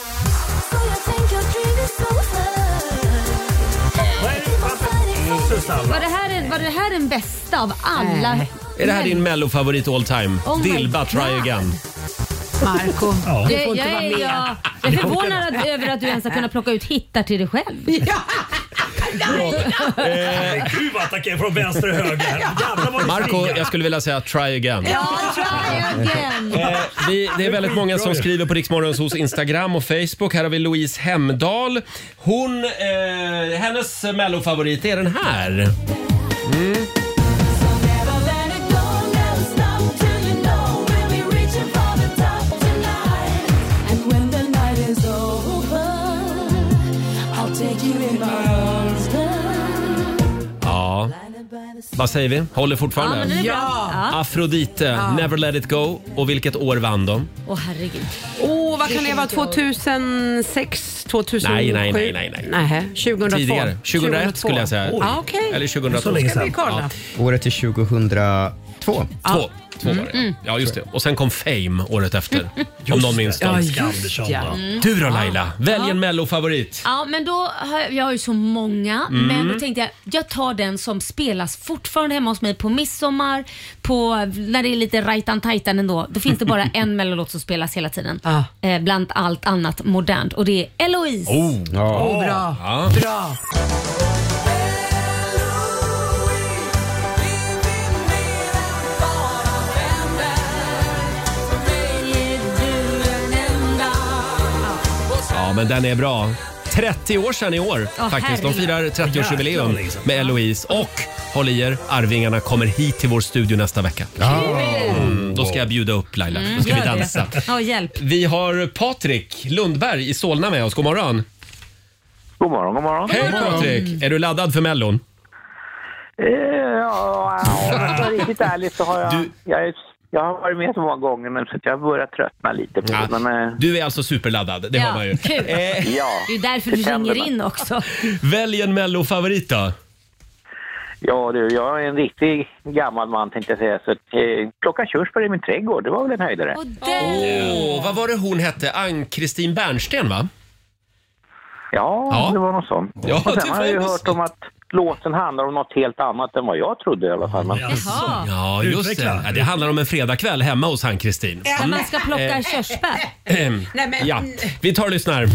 Var det här den bästa av alla? Är det här din mellofavorit all time? Oh my Dilba, Try God. Again. Marco, du Jag får inte vara med. är förvånad över att du ens har kunnat plocka ut hittar till dig själv. Gud vad attackerar från vänster och höger. Jävlar vad du Marco, springer. jag skulle vilja säga Try Again. Ja, try again. Det är väldigt många som skriver på Riksmorgonsos Instagram och Facebook. Här har vi Louise Hemdahl. Hennes mellofavorit är den här. Ja. Vad säger vi? Håller fortfarande? Ja, men det är bra. Ja. Afrodite, Never Let It Go. Och vilket år vann de? Åh herregud. Vad kan det vara? 2006, 2007? Nej. Nej, 2002. Tidigare. 2001 skulle jag säga. Ja, okej. Eller 2002. Så länge Ska vi sedan. kolla? Året till 2002. Två var det. Ja, just det. Och sen kom Fame året efter. Om någon minns Ja, det. just Andersson, ja. va? Du då Laila, välj en mellofavorit. Ja, men då jag har ju så många, men då tänkte jag tar den som spelas fortfarande hemma hos mig på midsommar, när det är lite rajtan-tajtan ändå. Då finns det bara en mellolåt som spelas hela tiden. Bland allt annat modernt. Och det är Eloise. Bra. Ja. Bra. Ja, men den är bra. 30 år sedan i år faktiskt. De firar 30-årsjubileum med Eloise. Och håll i er, Arvingarna kommer hit till vår studio nästa vecka. Då ska jag bjuda upp Laila. Då ska vi dansa. Hjälp. Vi har Patrik Lundberg i Solna med oss. God morgon. God morgon, god morgon. Hej Patrik. Är du laddad för Mellon? Ja, riktigt ärligt så har jag har varit med så många gånger men så jag börjar tröttna lite på det. Men, du är alltså superladdad, det har man ju. Kul. Det är därför du ringer in också. Välj en Mello-favorit då. Ja du, jag är en riktig gammal man tänkte jag säga. Så plocka körsbär i min trädgård, det var väl en höjdare. Vad var det hon hette? Ann-Kristin Bernsten va? Ja, det var något sånt. Ja, och sen har jag ju hört om att låten handlar om något helt annat än vad jag trodde i alla fall. Men... Ja, just det. Ja, det handlar om en fredagkväll hemma hos Ann-Kristin. När man ska plocka körsbär. Ja, vi tar och lyssnar.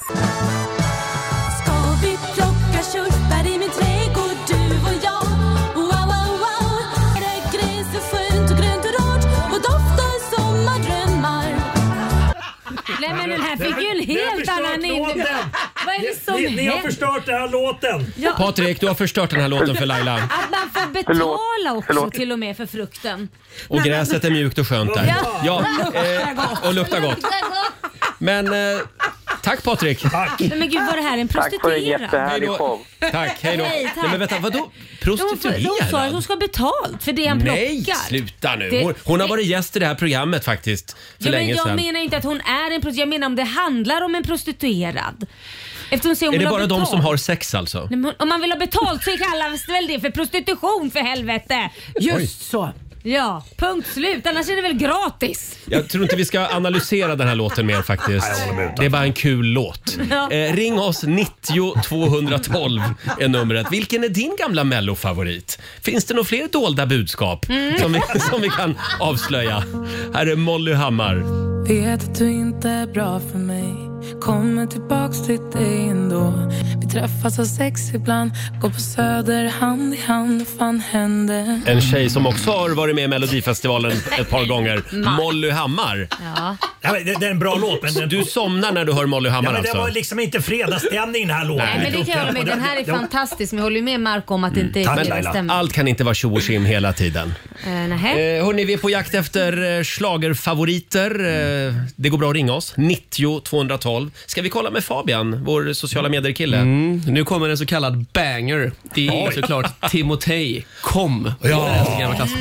Nej men den här fick ju en helt annan innebörd. Vad är det som Ni har förstört den här låten. Ja. Patrik, du har förstört den här låten för Laila. Att man får betala också till och med för frukten. Och gräset är mjukt och skönt där. Ja, och luktar gott. Men tack Patrik. Tack. Men gud, var det här en prostituerad? Tack, hej då. Nej, tack. Nej, men vänta, vadå? Prostituerad? De sa att hon ska ha betalt för det han plockar. Nej, sluta nu. Hon har varit gäst i det här programmet faktiskt för länge sedan. Jag menar inte att hon är en prostituerad. Jag menar om det handlar om en prostituerad. Är det bara de som har sex alltså? Nej, om man vill ha betalt så kallas väl det för prostitution för helvete. Just så. Ja, punkt slut. Annars är det väl gratis. Jag tror inte vi ska analysera den här låten mer faktiskt. Det är bara en kul låt. Ja. Ring oss 90 212 är numret. Vilken är din gamla Mello-favorit? Finns det några fler dolda budskap som vi kan avslöja? Här är Molly Hammar. Vet att du inte är bra för mig. Kommer tillbaks till dig ändå. Vi träffas av sex ibland. Går på Söder hand i hand. Fan hände. En tjej som också har varit med i Melodifestivalen ett par gånger. Molly Hammar. Ja, det är en bra låt. Men du somnar när du hör Molly Hammar men alltså? Det var liksom inte fredagsstämning den här låten. Nej, men det kan jag hålla med. Den här är fantastisk. Men jag håller med Marco om att det inte är fredagsstämning. Allt kan inte vara tjo och tjim hela tiden. Hörrni, vi är på jakt efter schlagerfavoriter. Det går bra att ringa oss. 90 212. Ska vi kolla med Fabian, vår sociala medier-kille? Nu kommer en så kallad banger. Det är såklart Timotej. Kom. Ja. Gamla klassiker.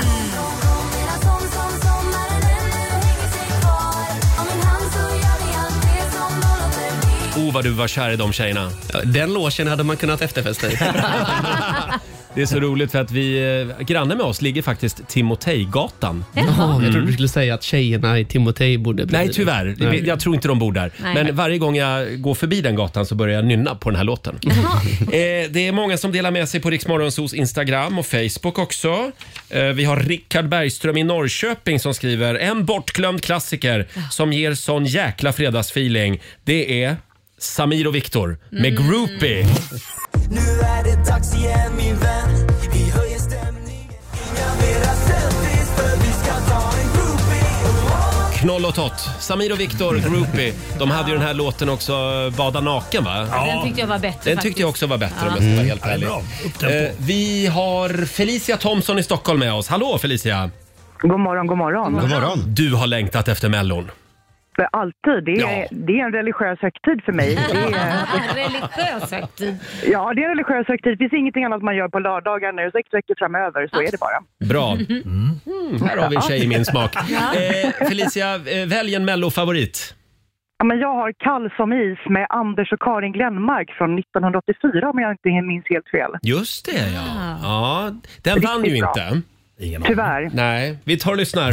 Vad du var kär i de tjejerna. Ja, den låsen hade man kunnat efterfesta i. Det är så roligt för att granne med oss ligger faktiskt Timotejgatan. Jag trodde du skulle säga att tjejerna i Timotej borde bli. Nej, tyvärr. Nej. Jag tror inte de bor där. Nej. Men varje gång jag går förbi den gatan så börjar jag nynna på den här låten. Det är många som delar med sig på Rix Morgonzos Instagram och Facebook också. Vi har Rickard Bergström i Norrköping som skriver: en bortglömd klassiker som ger sån jäkla fredagsfeeling. Det är Samir och Viktor med Groupie. Nu är det dags igen min vän. Vi höjer stämningen. Inga mera selfies för vi ska ta en groupie. Knoll och tott. Samir och Viktor, Groupie. De hade ju den här låten också, Bada naken va? Ja. Den tyckte jag var bättre. Den tyckte jag också var bättre om jag ska vara helt ärlig. Vi har Felicia Thomsson i Stockholm med oss. Hallå Felicia. God morgon, god morgon. God morgon. Du har längtat efter Mellon. Alltid. Det är en religiös högtid för mig. Religiös högtid? Ja, det är en religiös högtid. Det finns ingenting annat man gör på lördagar nu 6 veckor framöver. Så är det bara. Bra. Här har vi en tjej i min smak. Felicia, välj en Mello-favorit. Ja, men jag har Kall som is med Anders och Karin Glenmark från 1984 om jag inte minns helt fel. Just det, ja. Den vann ju inte. Tyvärr. Nej, vi tar och lyssnar.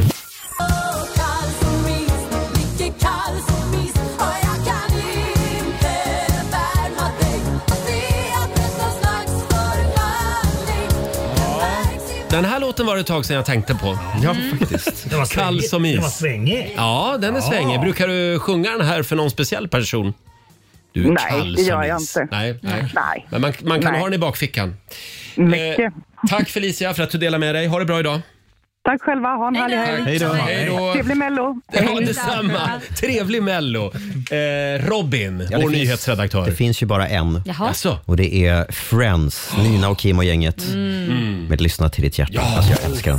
Den här låten var det ett tag sedan jag tänkte på. Ja, faktiskt. Det var Kall som is. Det var svängig. Ja, den är svängig. Brukar du sjunga den här för någon speciell person? Du är Nej, kall det som gör jag is. inte. Nej. Nej. Men man kan ha den i bakfickan. Mycket. Tack Felicia för att du delar med dig. Ha det bra idag. Tack själva, ha en härlig helg. Hej då. Trevlig Mello. Ja, detsamma. Trevlig Mello. Robin, vår nyhetsredaktör. Det finns ju bara en. Jaha. Alltså. Och det är Friends, Nina och Kim och gänget. Med Lyssna till ditt hjärta. Ja. Alltså jag älskar den.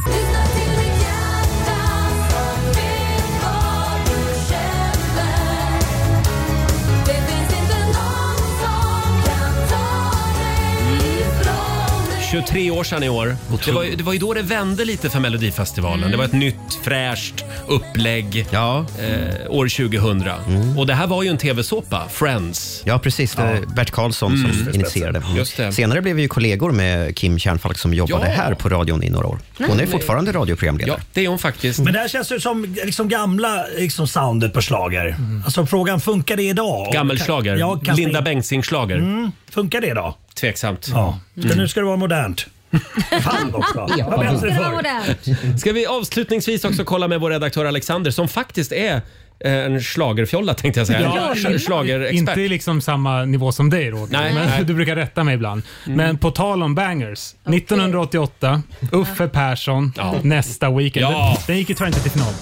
Mm. 23 år sedan i år. Det var ju då det vände lite för Melodifestivalen. Det var ett nytt, fräscht upplägg år 2000. Och det här var ju en tv-såpa, Friends. Ja, precis. Det är Bert Karlsson som initierade. Just det. Senare blev vi ju kollegor med Kim Kärnfalk som jobbade här på radion i några år. Hon är fortfarande radioprogramledare. Ja, det är hon faktiskt. Men det här känns ju som liksom gamla soundet på slager. Alltså frågan, funkar det idag? Gammelslager. Ja, Linda Bengtzing-slager. Funkar det idag? Tveksamt. Ja. Nu ska det vara modernt. Fan också. Ska vi avslutningsvis också kolla med vår redaktör Alexander som faktiskt är en schlagerfjolla tänkte jag säga. Schlagerexpert. Inte liksom samma nivå som dig Roger. Nej. Du brukar rätta mig ibland. Men på tal om bangers. 1988, Uffe Persson, Nästa Weekend. Ja. Den gick ju tyvärr inte till final.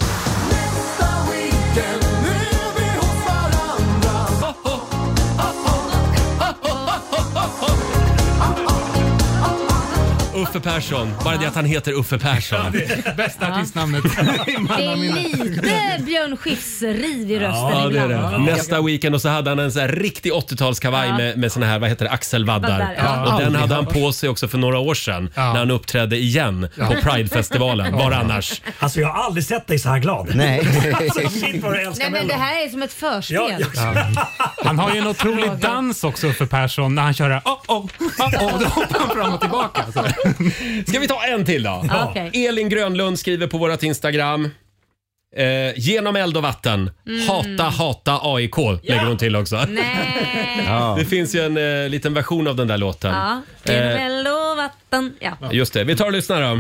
Uffe Persson. Bara det att han heter Uffe Persson. Bästa artistnamnet. Det är lite Björn Skifs-riv i rösten det är ibland. det. Nästa weekend och så hade han en så här riktig 80-talskavaj med såna här, vad heter det, axelvaddar. Och den hade han på sig också för några år sedan när han uppträdde igen på Pride-festivalen. Var annars? Alltså jag har aldrig sett dig så här glad. Nej. Alltså, shit, vad du älskar Nej, men det här är som ett förspel. Han har ju en otrolig dans också för Persson när han kör då hoppar han fram och tillbaka. Så. Ska vi ta en till då? Okay. Elin Grönlund skriver på vårt Instagram. Genom eld och vatten. Hata AIK lägger hon till också. Nej. Det finns ju en liten version av den där låten. Genom eld och vatten. Ja. Just det, vi tar och lyssnar då.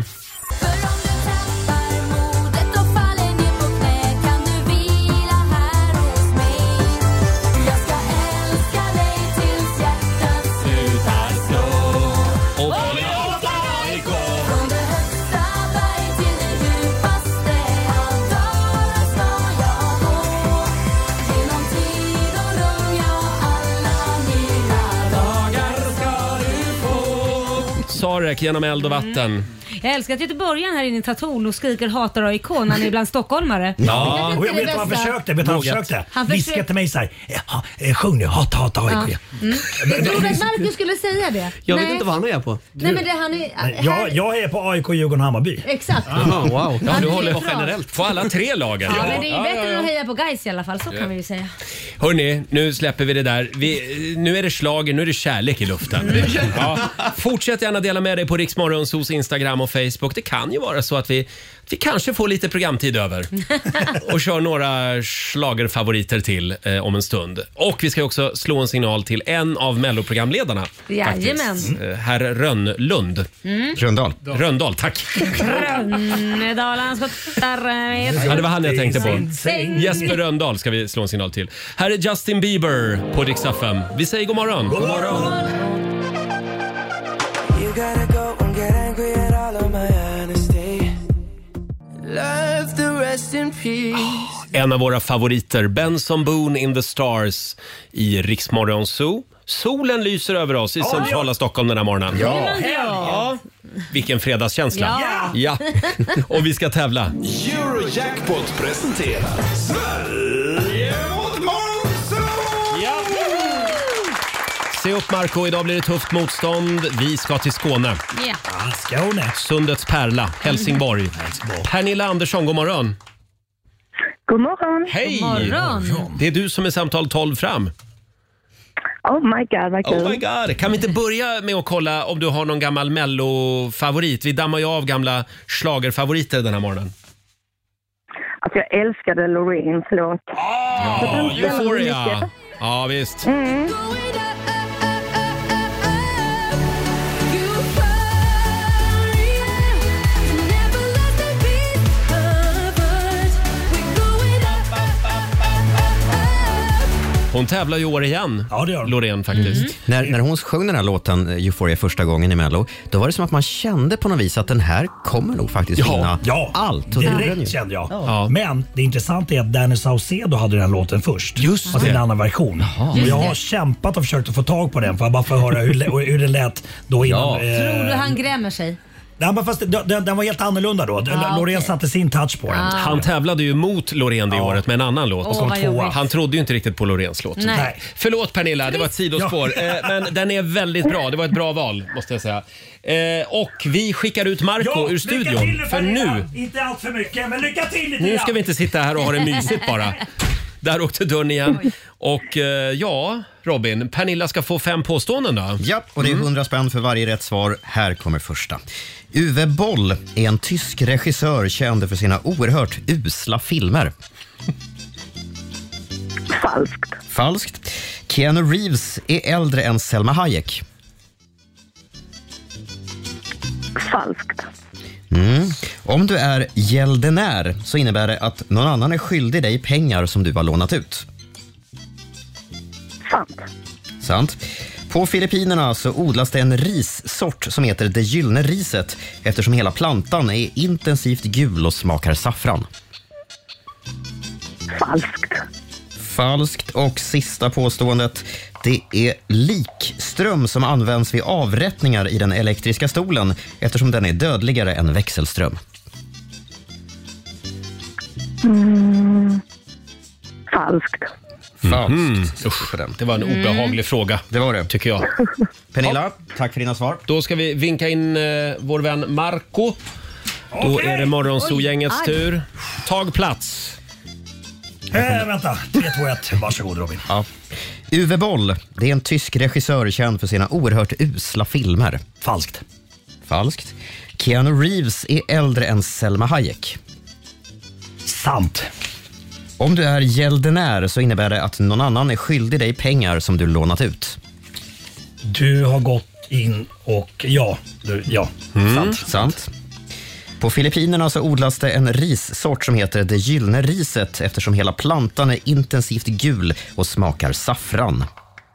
Sarek, genom eld och vatten. Jag älskar att Göteborgaren här inne tar ton och skriker hatar AIK när han är bland stockholmare. Ja, och jag vet vad han försökte. Han viskade till mig så här, sjung nu, hata AIK. Jag trodde att Marcus skulle säga det. Jag vet inte vad han är på. Nej, men det, han är, jag är på AIK, Djurgården, Hammarby. Exakt. Wow. Ja, du håller generellt på alla tre lagen. Ja, men det är ju bättre än att heja på Gais i alla fall, så kan vi ju säga. Hörrni, nu släpper vi det där. Nu är det slager, nu är det kärlek i luften. Ja. Fortsätt gärna dela med dig på Riksmorgonsos Instagram och Facebook. Det kan ju vara så att vi kanske får lite programtid över och kör några schlagerfavoriter till om en stund. Och vi ska också slå en signal till en av melloprogramledarna. Jajamän. Herr Rönnlund. Röndahl, tack. Rönnedalan skottar. Ja, det var han jag tänkte på. Jesper Röndahl ska vi slå en signal till. Här är Justin Bieber på Rix FM. Vi säger god morgon. God morgon. You gotta go and get angry at all of my honesty. Love the rest in peace. En av våra favoriter, Benson Boone in the Stars i Rix Morgon Zoo. Solen lyser över oss i centrala Stockholm den här morgonen. Ja. Vilken fredagskänsla. Ja. Och vi ska tävla. Eurojackpot presenterar Sverige mot Monzo! Se upp Marco, idag blir det tufft motstånd. Vi ska till Skåne. Skåne. Sundets pärla, Helsingborg. Pernilla Andersson, god morgon. God morgon. Hej! God morgon. Det är du som är samtal 12 fram. Oh my god, vad kul. Oh my god. Kan vi inte börja med att kolla om du har någon gammal Mello-favorit? Vi dammar ju av gamla schlagerfavoriter den här morgonen. Alltså jag älskade Loreens låt. Euphoria. Ja, visst. Hon tävlar ju år igen, ja, det gör hon. Loreen faktiskt. När hon sjöng den här låten Euphoria första gången i Mello, då var det som att man kände på något vis att den här kommer nog faktiskt vinna allt. Och direkt kände jag. Ja. Men det intressanta är att Danny Saucedo hade den här låten först. Just det. Alltså en annan version. Och jag har kämpat och försökt att få tag på den för att bara få höra hur det lät då innan. Tror du han grämer sig? Nej, men fast den var helt annorlunda då. Loreen satte sin touch på den. Han tävlade ju mot Loreen det året med en annan låt. Han trodde ju inte riktigt på Loreens låt. Nej. Förlåt Pernilla, det var ett sidospår. Men den är väldigt bra. Det var ett bra val, måste jag säga. Och vi skickar ut Marco ur studion. Lycka till, för nu... Inte allt för mycket, men lycka till lite. Nu ska vi inte sitta här och ha det mysigt bara. Där åkte dörren igen. Och Robin, Pernilla ska få 5 påståenden då. Ja, och det är 100 spänn för varje rätt svar. Här kommer första. Uwe Boll är en tysk regissör känd för sina oerhört usla filmer. Falskt. Falskt. Keanu Reeves är äldre än Selma Hayek. Falskt. Om du är gäldenär så innebär det att någon annan är skyldig dig pengar som du har lånat ut. Sant. Sant. På Filippinerna så odlas det en rissort som heter det gyllene riset eftersom hela plantan är intensivt gul och smakar saffran. Falskt. Falskt. Och sista påståendet. Det är likström som används vid avrättningar i den elektriska stolen eftersom den är dödligare än växelström. Falskt. Falskt. Usch, det var en obehaglig fråga. Det var det. Tycker jag. Pernilla, tack för dina svar. Då ska vi vinka in vår vän Marco. Då är det Morgonzoo-gängets tur. Tag plats. Vänta, 3-2-1. Varsågod Robin. Ja. Uwe Boll, det är en tysk regissör känd för sina oerhört usla filmer. Falskt. Falskt. Keanu Reeves är äldre än Selma Hayek. Sant. Om du är gäldenär så innebär det att någon annan är skyldig dig pengar som du lånat ut. Du har gått in och sant. Sant. På Filippinerna så odlas det en rissort som heter det gyllene riset eftersom hela plantan är intensivt gul och smakar saffran.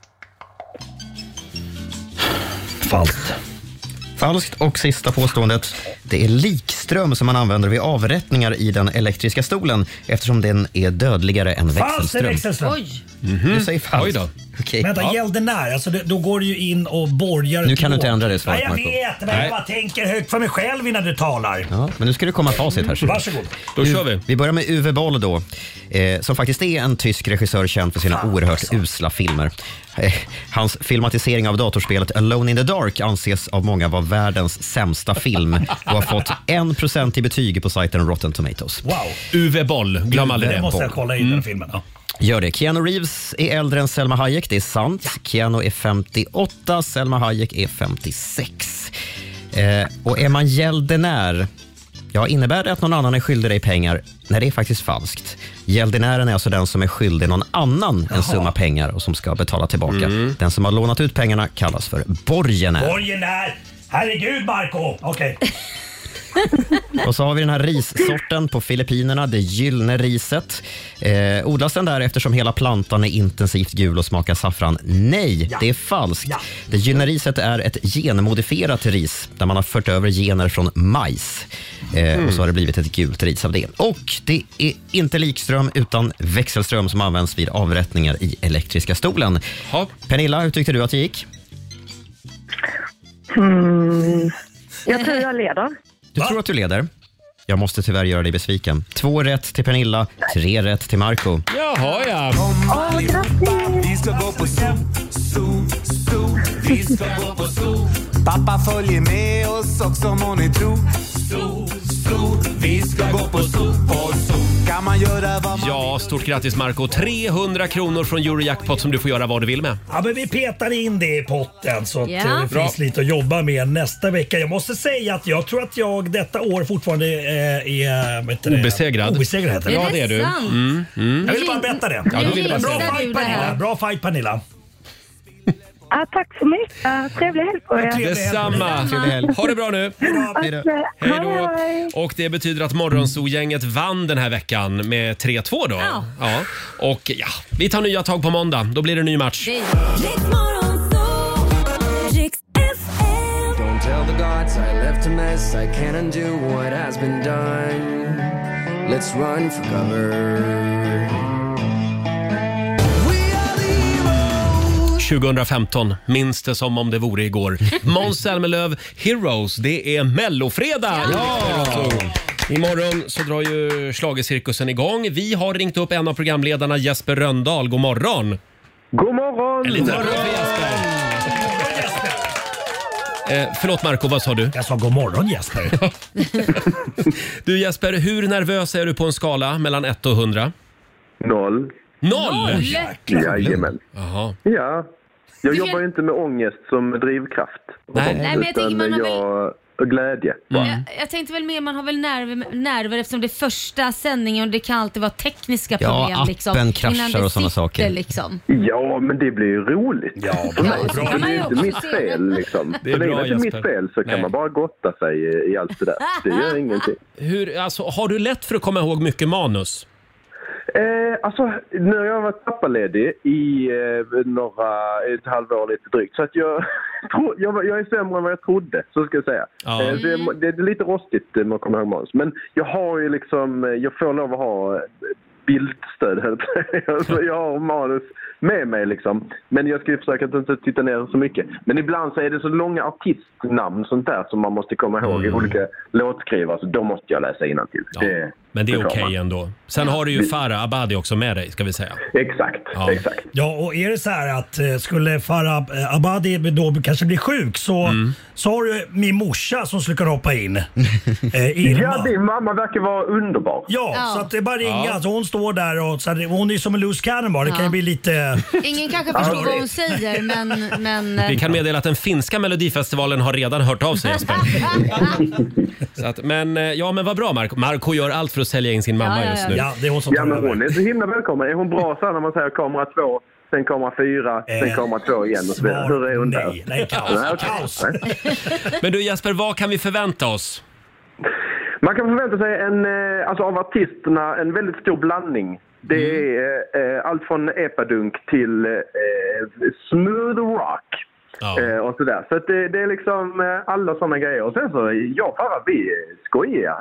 Falskt. Falskt. Och sista påståendet. Det är likström som man använder vid avrättningar i den elektriska stolen eftersom den är dödligare än växelström. Oj. Du säger falskt. Oj då. Okay. Vänta, gäldenär, alltså då går du ju in och borgar. Nu kan du inte ändra det svaret, Nej, jag vet, men jag bara tänker högt för mig själv innan du talar. Ja, men nu ska det komma facit här. Varsågod. Då kör vi. Vi börjar med Uwe Boll då, som faktiskt är en tysk regissör känd för sina oerhört usla filmer. Hans filmatisering av datorspelet Alone in the Dark anses av många vara världens sämsta film och har fått 1% i betyg på sajten Rotten Tomatoes. Wow. Uwe Boll, glöm aldrig det. Det måste jag kolla in den filmen. Ja. Gör det. Keanu Reeves är äldre än Selma Hayek, det är sant. Keanu är 58, Selma Hayek är 56. Och är man gäldenär, innebär det att någon annan är skyldig dig pengar? Nej, det är faktiskt falskt. Gäldenären är alltså den som är skyldig någon annan en summa pengar och som ska betala tillbaka. Den som har lånat ut pengarna kallas för borgenär. Borgenär! Herregud, Marco! Okej. Och så har vi den här rissorten på Filippinerna, det gyllene riset. Odlas den där eftersom hela plantan är intensivt gul och smakar saffran? Nej, det är falskt. Det gyllene riset är ett genmodifierat ris där man har fört över gener från majs. Och så har det blivit ett gult ris av det. Och det är inte likström utan växelström som används vid avrättningar i elektriska stolen. Pernilla, hur tyckte du att det gick? Jag tror jag leder. Du tror att du leder? Jag måste tyvärr göra dig besviken. 2 rätt till Pernilla, 3 rätt till Marco. Jaha, ja. Vi ska gå på zoo. Vi ska gå på zoo. Pappa följer med oss också må ni tro. Zoo. Vi ska gå på zoo. Kan man göra vad man Ja, stort grattis Marco. 300 kronor från Eurojackpot som du får göra vad du vill med. Ja, men vi petar in det i potten så att det Bra. finns lite att jobba med nästa vecka. Jag måste säga att jag tror att jag detta år fortfarande är Obesegrad. Obesegrad heter det. Ja, det är du. Jag vill bara berätta det. Ja, du ville bara Bra säga det. fight, Pernilla. Bra fight, Pernilla. Ja, tack så mycket. Trevlig helg på er. Detsamma. Ha det bra nu. Hej då. Och det betyder att Morgonzoo-gänget vann den här veckan med 3-2 då. Ja. Och vi tar nya tag på måndag. Då blir det en ny match. Don't tell the gods I left a mess. I can't undo what has been done. Let's run for cover. 2015, minns det som om det vore igår. Måns Zelmerlöw, Heroes, det är mellofredag! Ja! Imorgon så drar ju schlagercirkusen igång. Vi har ringt upp en av programledarna, Jesper Rönndahl. God morgon! God morgon! En liten morgon för Jesper. Förlåt Marco, vad sa du? Jag sa god morgon Jesper. Du Jesper, hur nervös är du på en skala mellan 1 och 100? 0. 0? Jajamän. Jaha. Ja. Jag jobbar ju inte med ångest som drivkraft. Nej, men jag tänker man har och glädje. Jag tänkte väl mer, man har väl nerver eftersom det är första sändningen och det kan alltid vara tekniska problem. Ja, appen kraschar och sådana saker. Liksom. Ja, men det blir ju roligt. Ja, för mig. Det är ju inte mitt fel liksom. Det är bra, inte mitt fel så kan man bara gotta sig i allt det där. Det gör ingenting. Har du lätt för att komma ihåg mycket manus? Alltså, när jag var pappaledig i ett halvår lite drygt. Så att jag är sämre än vad jag trodde, så ska jag säga. Ja. Det är lite rostigt med att komma ihåg manus. Men jag har ju liksom, jag får lov att ha bildstöd. Alltså, jag har manus med mig liksom. Men jag ska ju försöka att inte titta ner så mycket. Men ibland så är det så långa artistnamn sånt där som man måste komma ihåg i olika låtskrivare. Så då måste jag läsa innantill. Ja. Men det är okej ändå. Sen har du ju Farah Abadi också med dig, ska vi säga. Exakt. Ja, och är det så här att skulle Farah Abadi då kanske bli sjuk så har du min morsa som skulle kunna hoppa in. Irma. Ja, din mamma verkar vara underbar. Ja, så att det är bara ringa. Alltså, hon står där och så hon är som en loose cannon bara. Det kan ju bli lite... Ingen kanske förstår vad hon säger, men... Vi kan meddela att den finska Melodifestivalen har redan hört av sig, Jesper. Så att, men vad bra Marco gör allt för att sälja in sin mamma just nu. Ja, det är hon som men hon är så himla välkommen. Är hon bra så när man säger kamera 2, sen kamera 4, sen kamera 2 igen och så vidare? Hur är hon där? Nej, kaos. Men du Jesper, vad kan vi förvänta oss? Man kan förvänta sig av artisterna en väldigt stor blandning. Det är allt från epadunk till smooth rock. Och sådär. Så att det är liksom alla sådana grejer. Och sen så, vi skojar.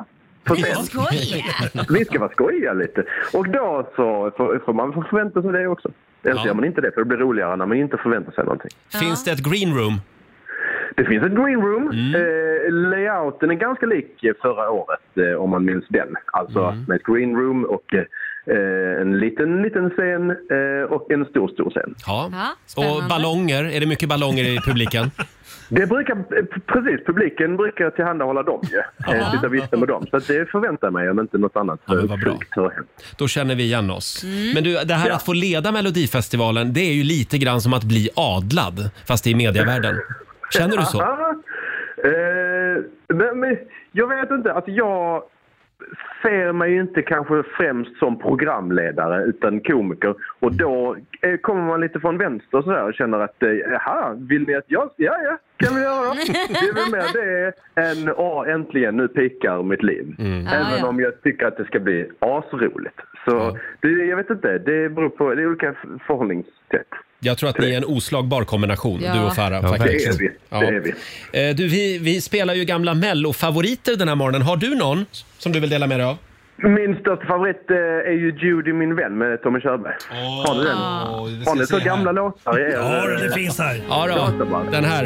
Vi ska vara skojiga lite. Och då så får man förvänta sig det också. Eller gör man inte det, för det blir roligare när man inte förväntar sig någonting. Finns det ett green room? Det finns ett green room. Layouten är ganska lik förra året, om man minns den. Alltså med ett green room och en liten scen och en stor scen. Ja. Och ballonger, är det mycket ballonger i publiken? Det precis, publiken brukar tillhandahålla dem ju. Sitta och vifta med dem. Så att det förväntar mig om inte något annat. Vad bra. Då känner vi igen oss. Men du, det här att få leda Melodifestivalen, det är ju lite grann som att bli adlad, fast i medievärlden. Känner du så? Men jag vet inte. Alltså jag ser mig inte kanske främst som programledare utan komiker. Och då kommer man lite från vänster så där och känner att vill ni att jag... Ja, kan vi göra. Det är väl mer det än äntligen nu pikar mitt liv. Även om jag tycker att det ska bli asroligt. Så jag vet inte, det beror på, det är olika förhållningssätt. Jag tror att ni är en oslagbar kombination, du och Farah. Faktiskt. Det är vi. Vi spelar ju gamla Mello-favoriter den här morgonen. Har du någon som du vill dela med dig av? Min största favorit är ju Judy, min vän, med Tommy Körberg. Har du den? Har ni så gamla låtar? Ja, det finns här. Ja då, den här.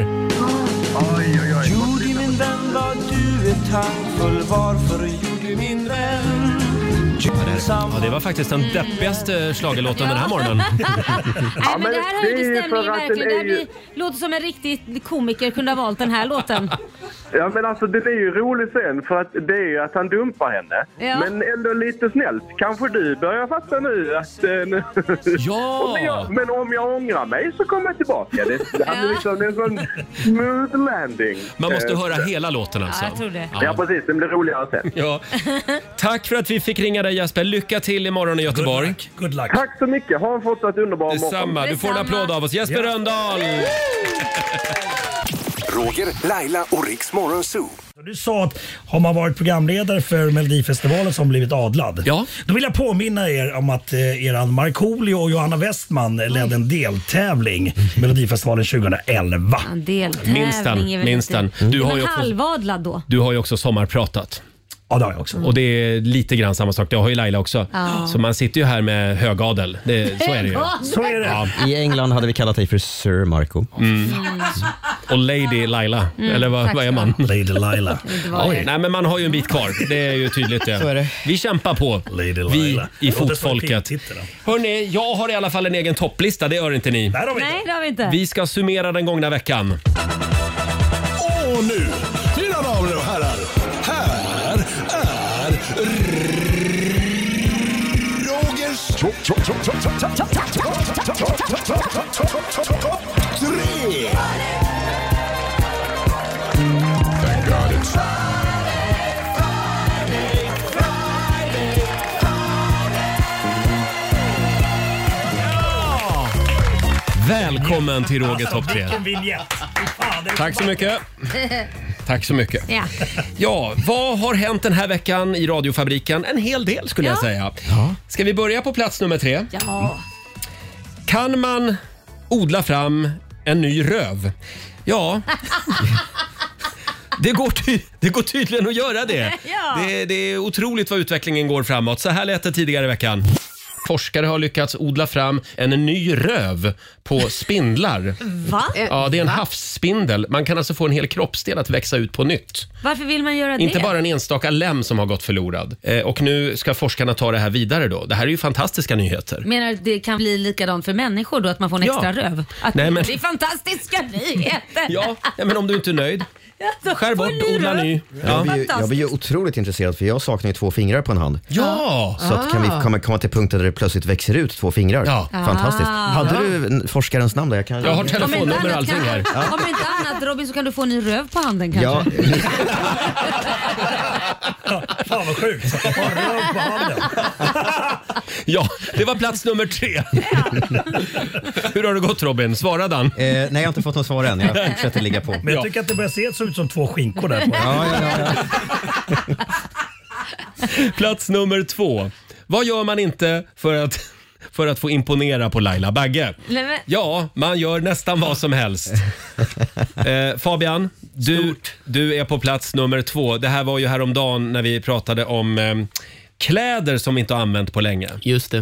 Judy, min vän, var du är tankfull. Varför Judy, min vän? Ja, det var faktiskt den deppigaste schlagerlåten den här morgonen. Nej, men det här höjde stämningen verkligen. Det låter som en riktig komiker kunde ha valt den här låten. Ja, men alltså det är ju roligt sen för att det är ju att han dumpar henne. Ja. Men ändå lite snällt. Kanske du börjar fatta nu att... men om jag ångrar mig så kommer jag tillbaka. Det är liksom en sån smooth landing. Man måste höra hela låten alltså. Ja, jag tror det. Ja, precis. Det blir roligare sen. Ja. Tack för att vi fick ringa dig, dig Jesper. Lycka till imorgon i Göteborg. Good luck. Tack så mycket. Ha en fortsatt underbar morgon. Detsamma. Du får en applåd av oss. Jesper Rönndahl. Roger, Laila och Riks Morgonzoo. Du sa att har man varit programledare för Melodifestivalen som blivit adlad. Ja. Då vill jag påminna er om att eran Markoolio och Johanna Westman ledde en deltävling i Melodifestivalen 2011. En deltävling. Minst den. Du har ju också, halvadlad då. du har ju också sommarpratat. Ja, det har jag också. Och det är lite grann samma sak. Det har ju Laila också. Ja. Så man sitter ju här med högadel. Så är det ju. Så är det. Ja. I England hade vi kallat dig för Sir Marco. Och Lady Laila. Eller vad är man? Lady Laila. Oj. Nej, men man har ju en bit kvar. Det är ju tydligt det. Så är det. Vi kämpar på. Lady Vi Laila. i fotfolket. Hörrni, jag har i alla fall en egen topplista. Det gör inte ni. Där har vi Nej, det har vi inte. Vi ska summera den gångna veckan. Och nu, mina damer och herrar, här är Rogers tre. Thank God it's Välkommen till Roger Topp 3. Vilken vignett. Tack så mycket. Tack så mycket. Ja. Ja, vad har hänt den här veckan i radiofabriken? En hel del skulle jag säga. Ska vi börja på plats nummer 3? Ja. Kan man odla fram en ny röv? Ja. Det går tydligen att göra det. Ja. Det är otroligt vad utvecklingen går framåt. Så här lät det tidigare i veckan. Forskare har lyckats odla fram en ny röv på spindlar. Va? Ja, det är en havsspindel. Man kan alltså få en hel kroppsdel att växa ut på nytt. Varför vill man göra det? Inte bara en enstaka lem som har gått förlorad. Och nu ska forskarna ta det här vidare då. Det här är ju fantastiska nyheter. Menar du att det kan bli likadant för människor då? Att man får en extra röv? Att Nej, men... Det är fantastiska nyheter! Ja, men om du inte är nöjd. Skär bort, odla ny. Ja. Jag blir ju otroligt intresserad för jag saknar ju 2 fingrar på en hand. Ja! Så att kan vi komma till punkten där det plötsligt växer ut 2 fingrar. Ja. Fantastiskt. Hade du forskarens namn då? Jag har telefonnummer och allting här. Om inte annat Robin så kan du få en ny röv på handen kanske. Ja. Fan vad sjukt. Röv på handen. Ja, det var plats nummer 3. Hur har det gått Robin? Svarade han? Nej, jag har inte fått något svar än. Jag fortsätter ligga på. Men jag tycker att det börjar se ut som 2 skinkor där på. Ja. Plats nummer 2. Vad gör man inte för att få imponera på Laila Bagge? Ja, man gör nästan vad som helst. Fabian, du är på plats nummer 2. Det här var ju häromdagen när vi pratade om kläder som vi inte har använt på länge. Just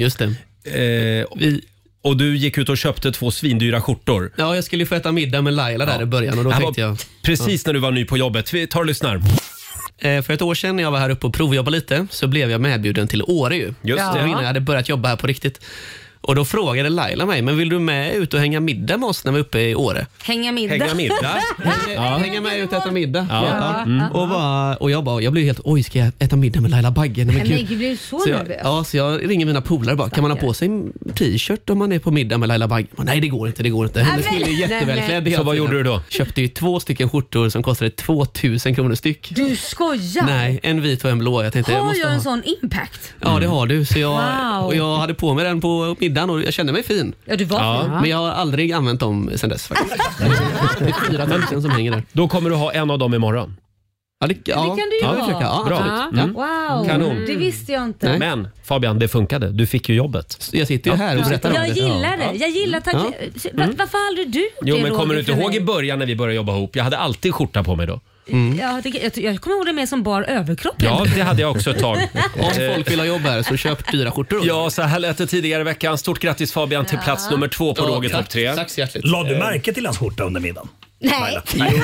det. Och du gick ut och köpte 2 svindyra skjortor. Ja, jag skulle ju få äta middag med Laila där i början och då tänkte jag... Precis när du var ny på jobbet. Vi tar och lyssnar. För ett år sedan när jag var här uppe och provjobbade lite så blev jag medbjuden till Åre ju. Just det. Innan jag hade börjat jobba här på riktigt. Och då frågade Laila mig, men vill du med ut och hänga middag med oss när vi är uppe i Åre? Hänga middag? Hänga med ut och äta middag. Ja. Och jag blev helt, ska jag äta middag med Laila Bagge? Men det blir så nervös. Så jag ringer mina polare bara, kan man ha på sig en t-shirt om man är på middag med Laila Bagge? Nej, det går inte. Hennes kille är jättevälklädd. Så vad gjorde du då? Köpte ju 2 stycken skjortor som kostade 2000 kronor styck. Du skojar? Nej, en vit och en blå. Jag tänkte, har jag en sån impact? Ja, det har du. Så jag hade på mig den på middagen och jag kände mig fin. Ja, du var fin. Men jag har aldrig använt dem sen dess faktiskt. Det är 4000 som hänger där. Då kommer du ha en av dem imorgon. Ja, det kan du ju ha. Bra. Wow, Kanon. det visste jag inte. Nej. Men Fabian, det funkade. Du fick ju jobbet. Jag sitter ju här och berättar om det. Jag gillar det. Jag gillar Varför har aldrig du gjort det? Jo, men kommer du inte ihåg i början när vi började jobba ihop? Jag hade alltid skjorta på mig då. Ja, jag kommer ihåg det mer som bar överkropp. Ja, det hade jag också ett tag. Om folk vill ha jobb här så köp 4 skjortor. Ja, så här lät det tidigare i veckan. Stort grattis Fabian till plats nummer 2 på Roger Topp 3. Tack så hjärtligt. Lade du märke till hans skjorta under middagen? Nej.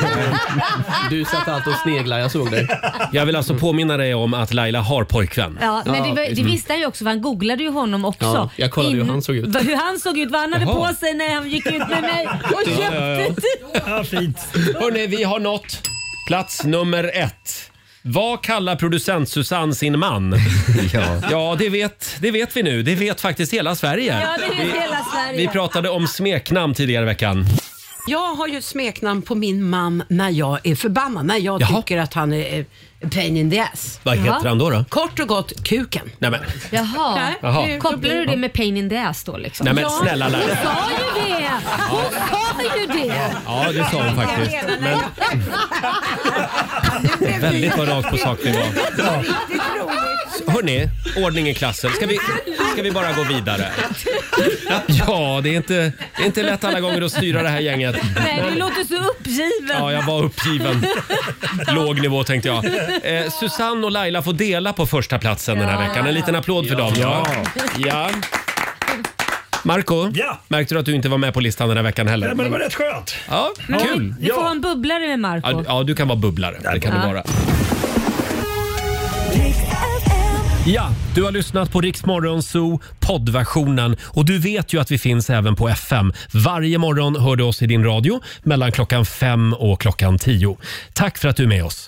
Du satt alltid och sneglar, jag såg dig. Jag vill alltså påminna dig om att Laila har pojkvän. Ja, men det visste han ju också, för han googlade ju honom också. Ja, jag kollade hur han såg ut. Hur han såg ut, vad han hade på sig när han gick ut med mig och köpte. Ja, fint. Hörrni, vi har nått plats nummer 1. Vad kallar producent Susanne sin man? Ja, det vet vi nu. Det vet faktiskt hela Sverige. Ja, det vet hela Sverige. Vi pratade om smeknamn tidigare i veckan. Jag har ju ett smeknamn på min man när jag är förbannad. När jag tycker att han är pain in the ass. Vad heter han då? Kort och gott, kuken. Nej, men. Jaha. Jaha. Kopplar du det med pain in the ass då liksom? Nej, men snälla Hon Laila. sa ju det! Hon sa ju det! Ja, det sa hon faktiskt. Men väldigt vad rakt på sak vi var. Ja. Hörrni, ordning i klassen. Ska vi bara gå vidare? Ja, det är inte lätt alla gånger att styra det här gänget. Nej, du låter så uppgiven. Ja, jag var uppgiven. Låg nivå tänkte jag. Susanne och Laila får dela på första platsen den här veckan. En liten applåd för dem. Ja. Marco, märkte du att du inte var med på listan den här veckan heller? Nej, men det var rätt skönt. Ja, kul. Du får ha en bubblare med Marco. Ja, du kan vara bubblare. Det kan du vara. Ja, du har lyssnat på Rix Morgon Zoo poddversionen och du vet ju att vi finns även på FM. Varje morgon hör du oss i din radio mellan klockan 5 och klockan 10. Tack för att du är med oss.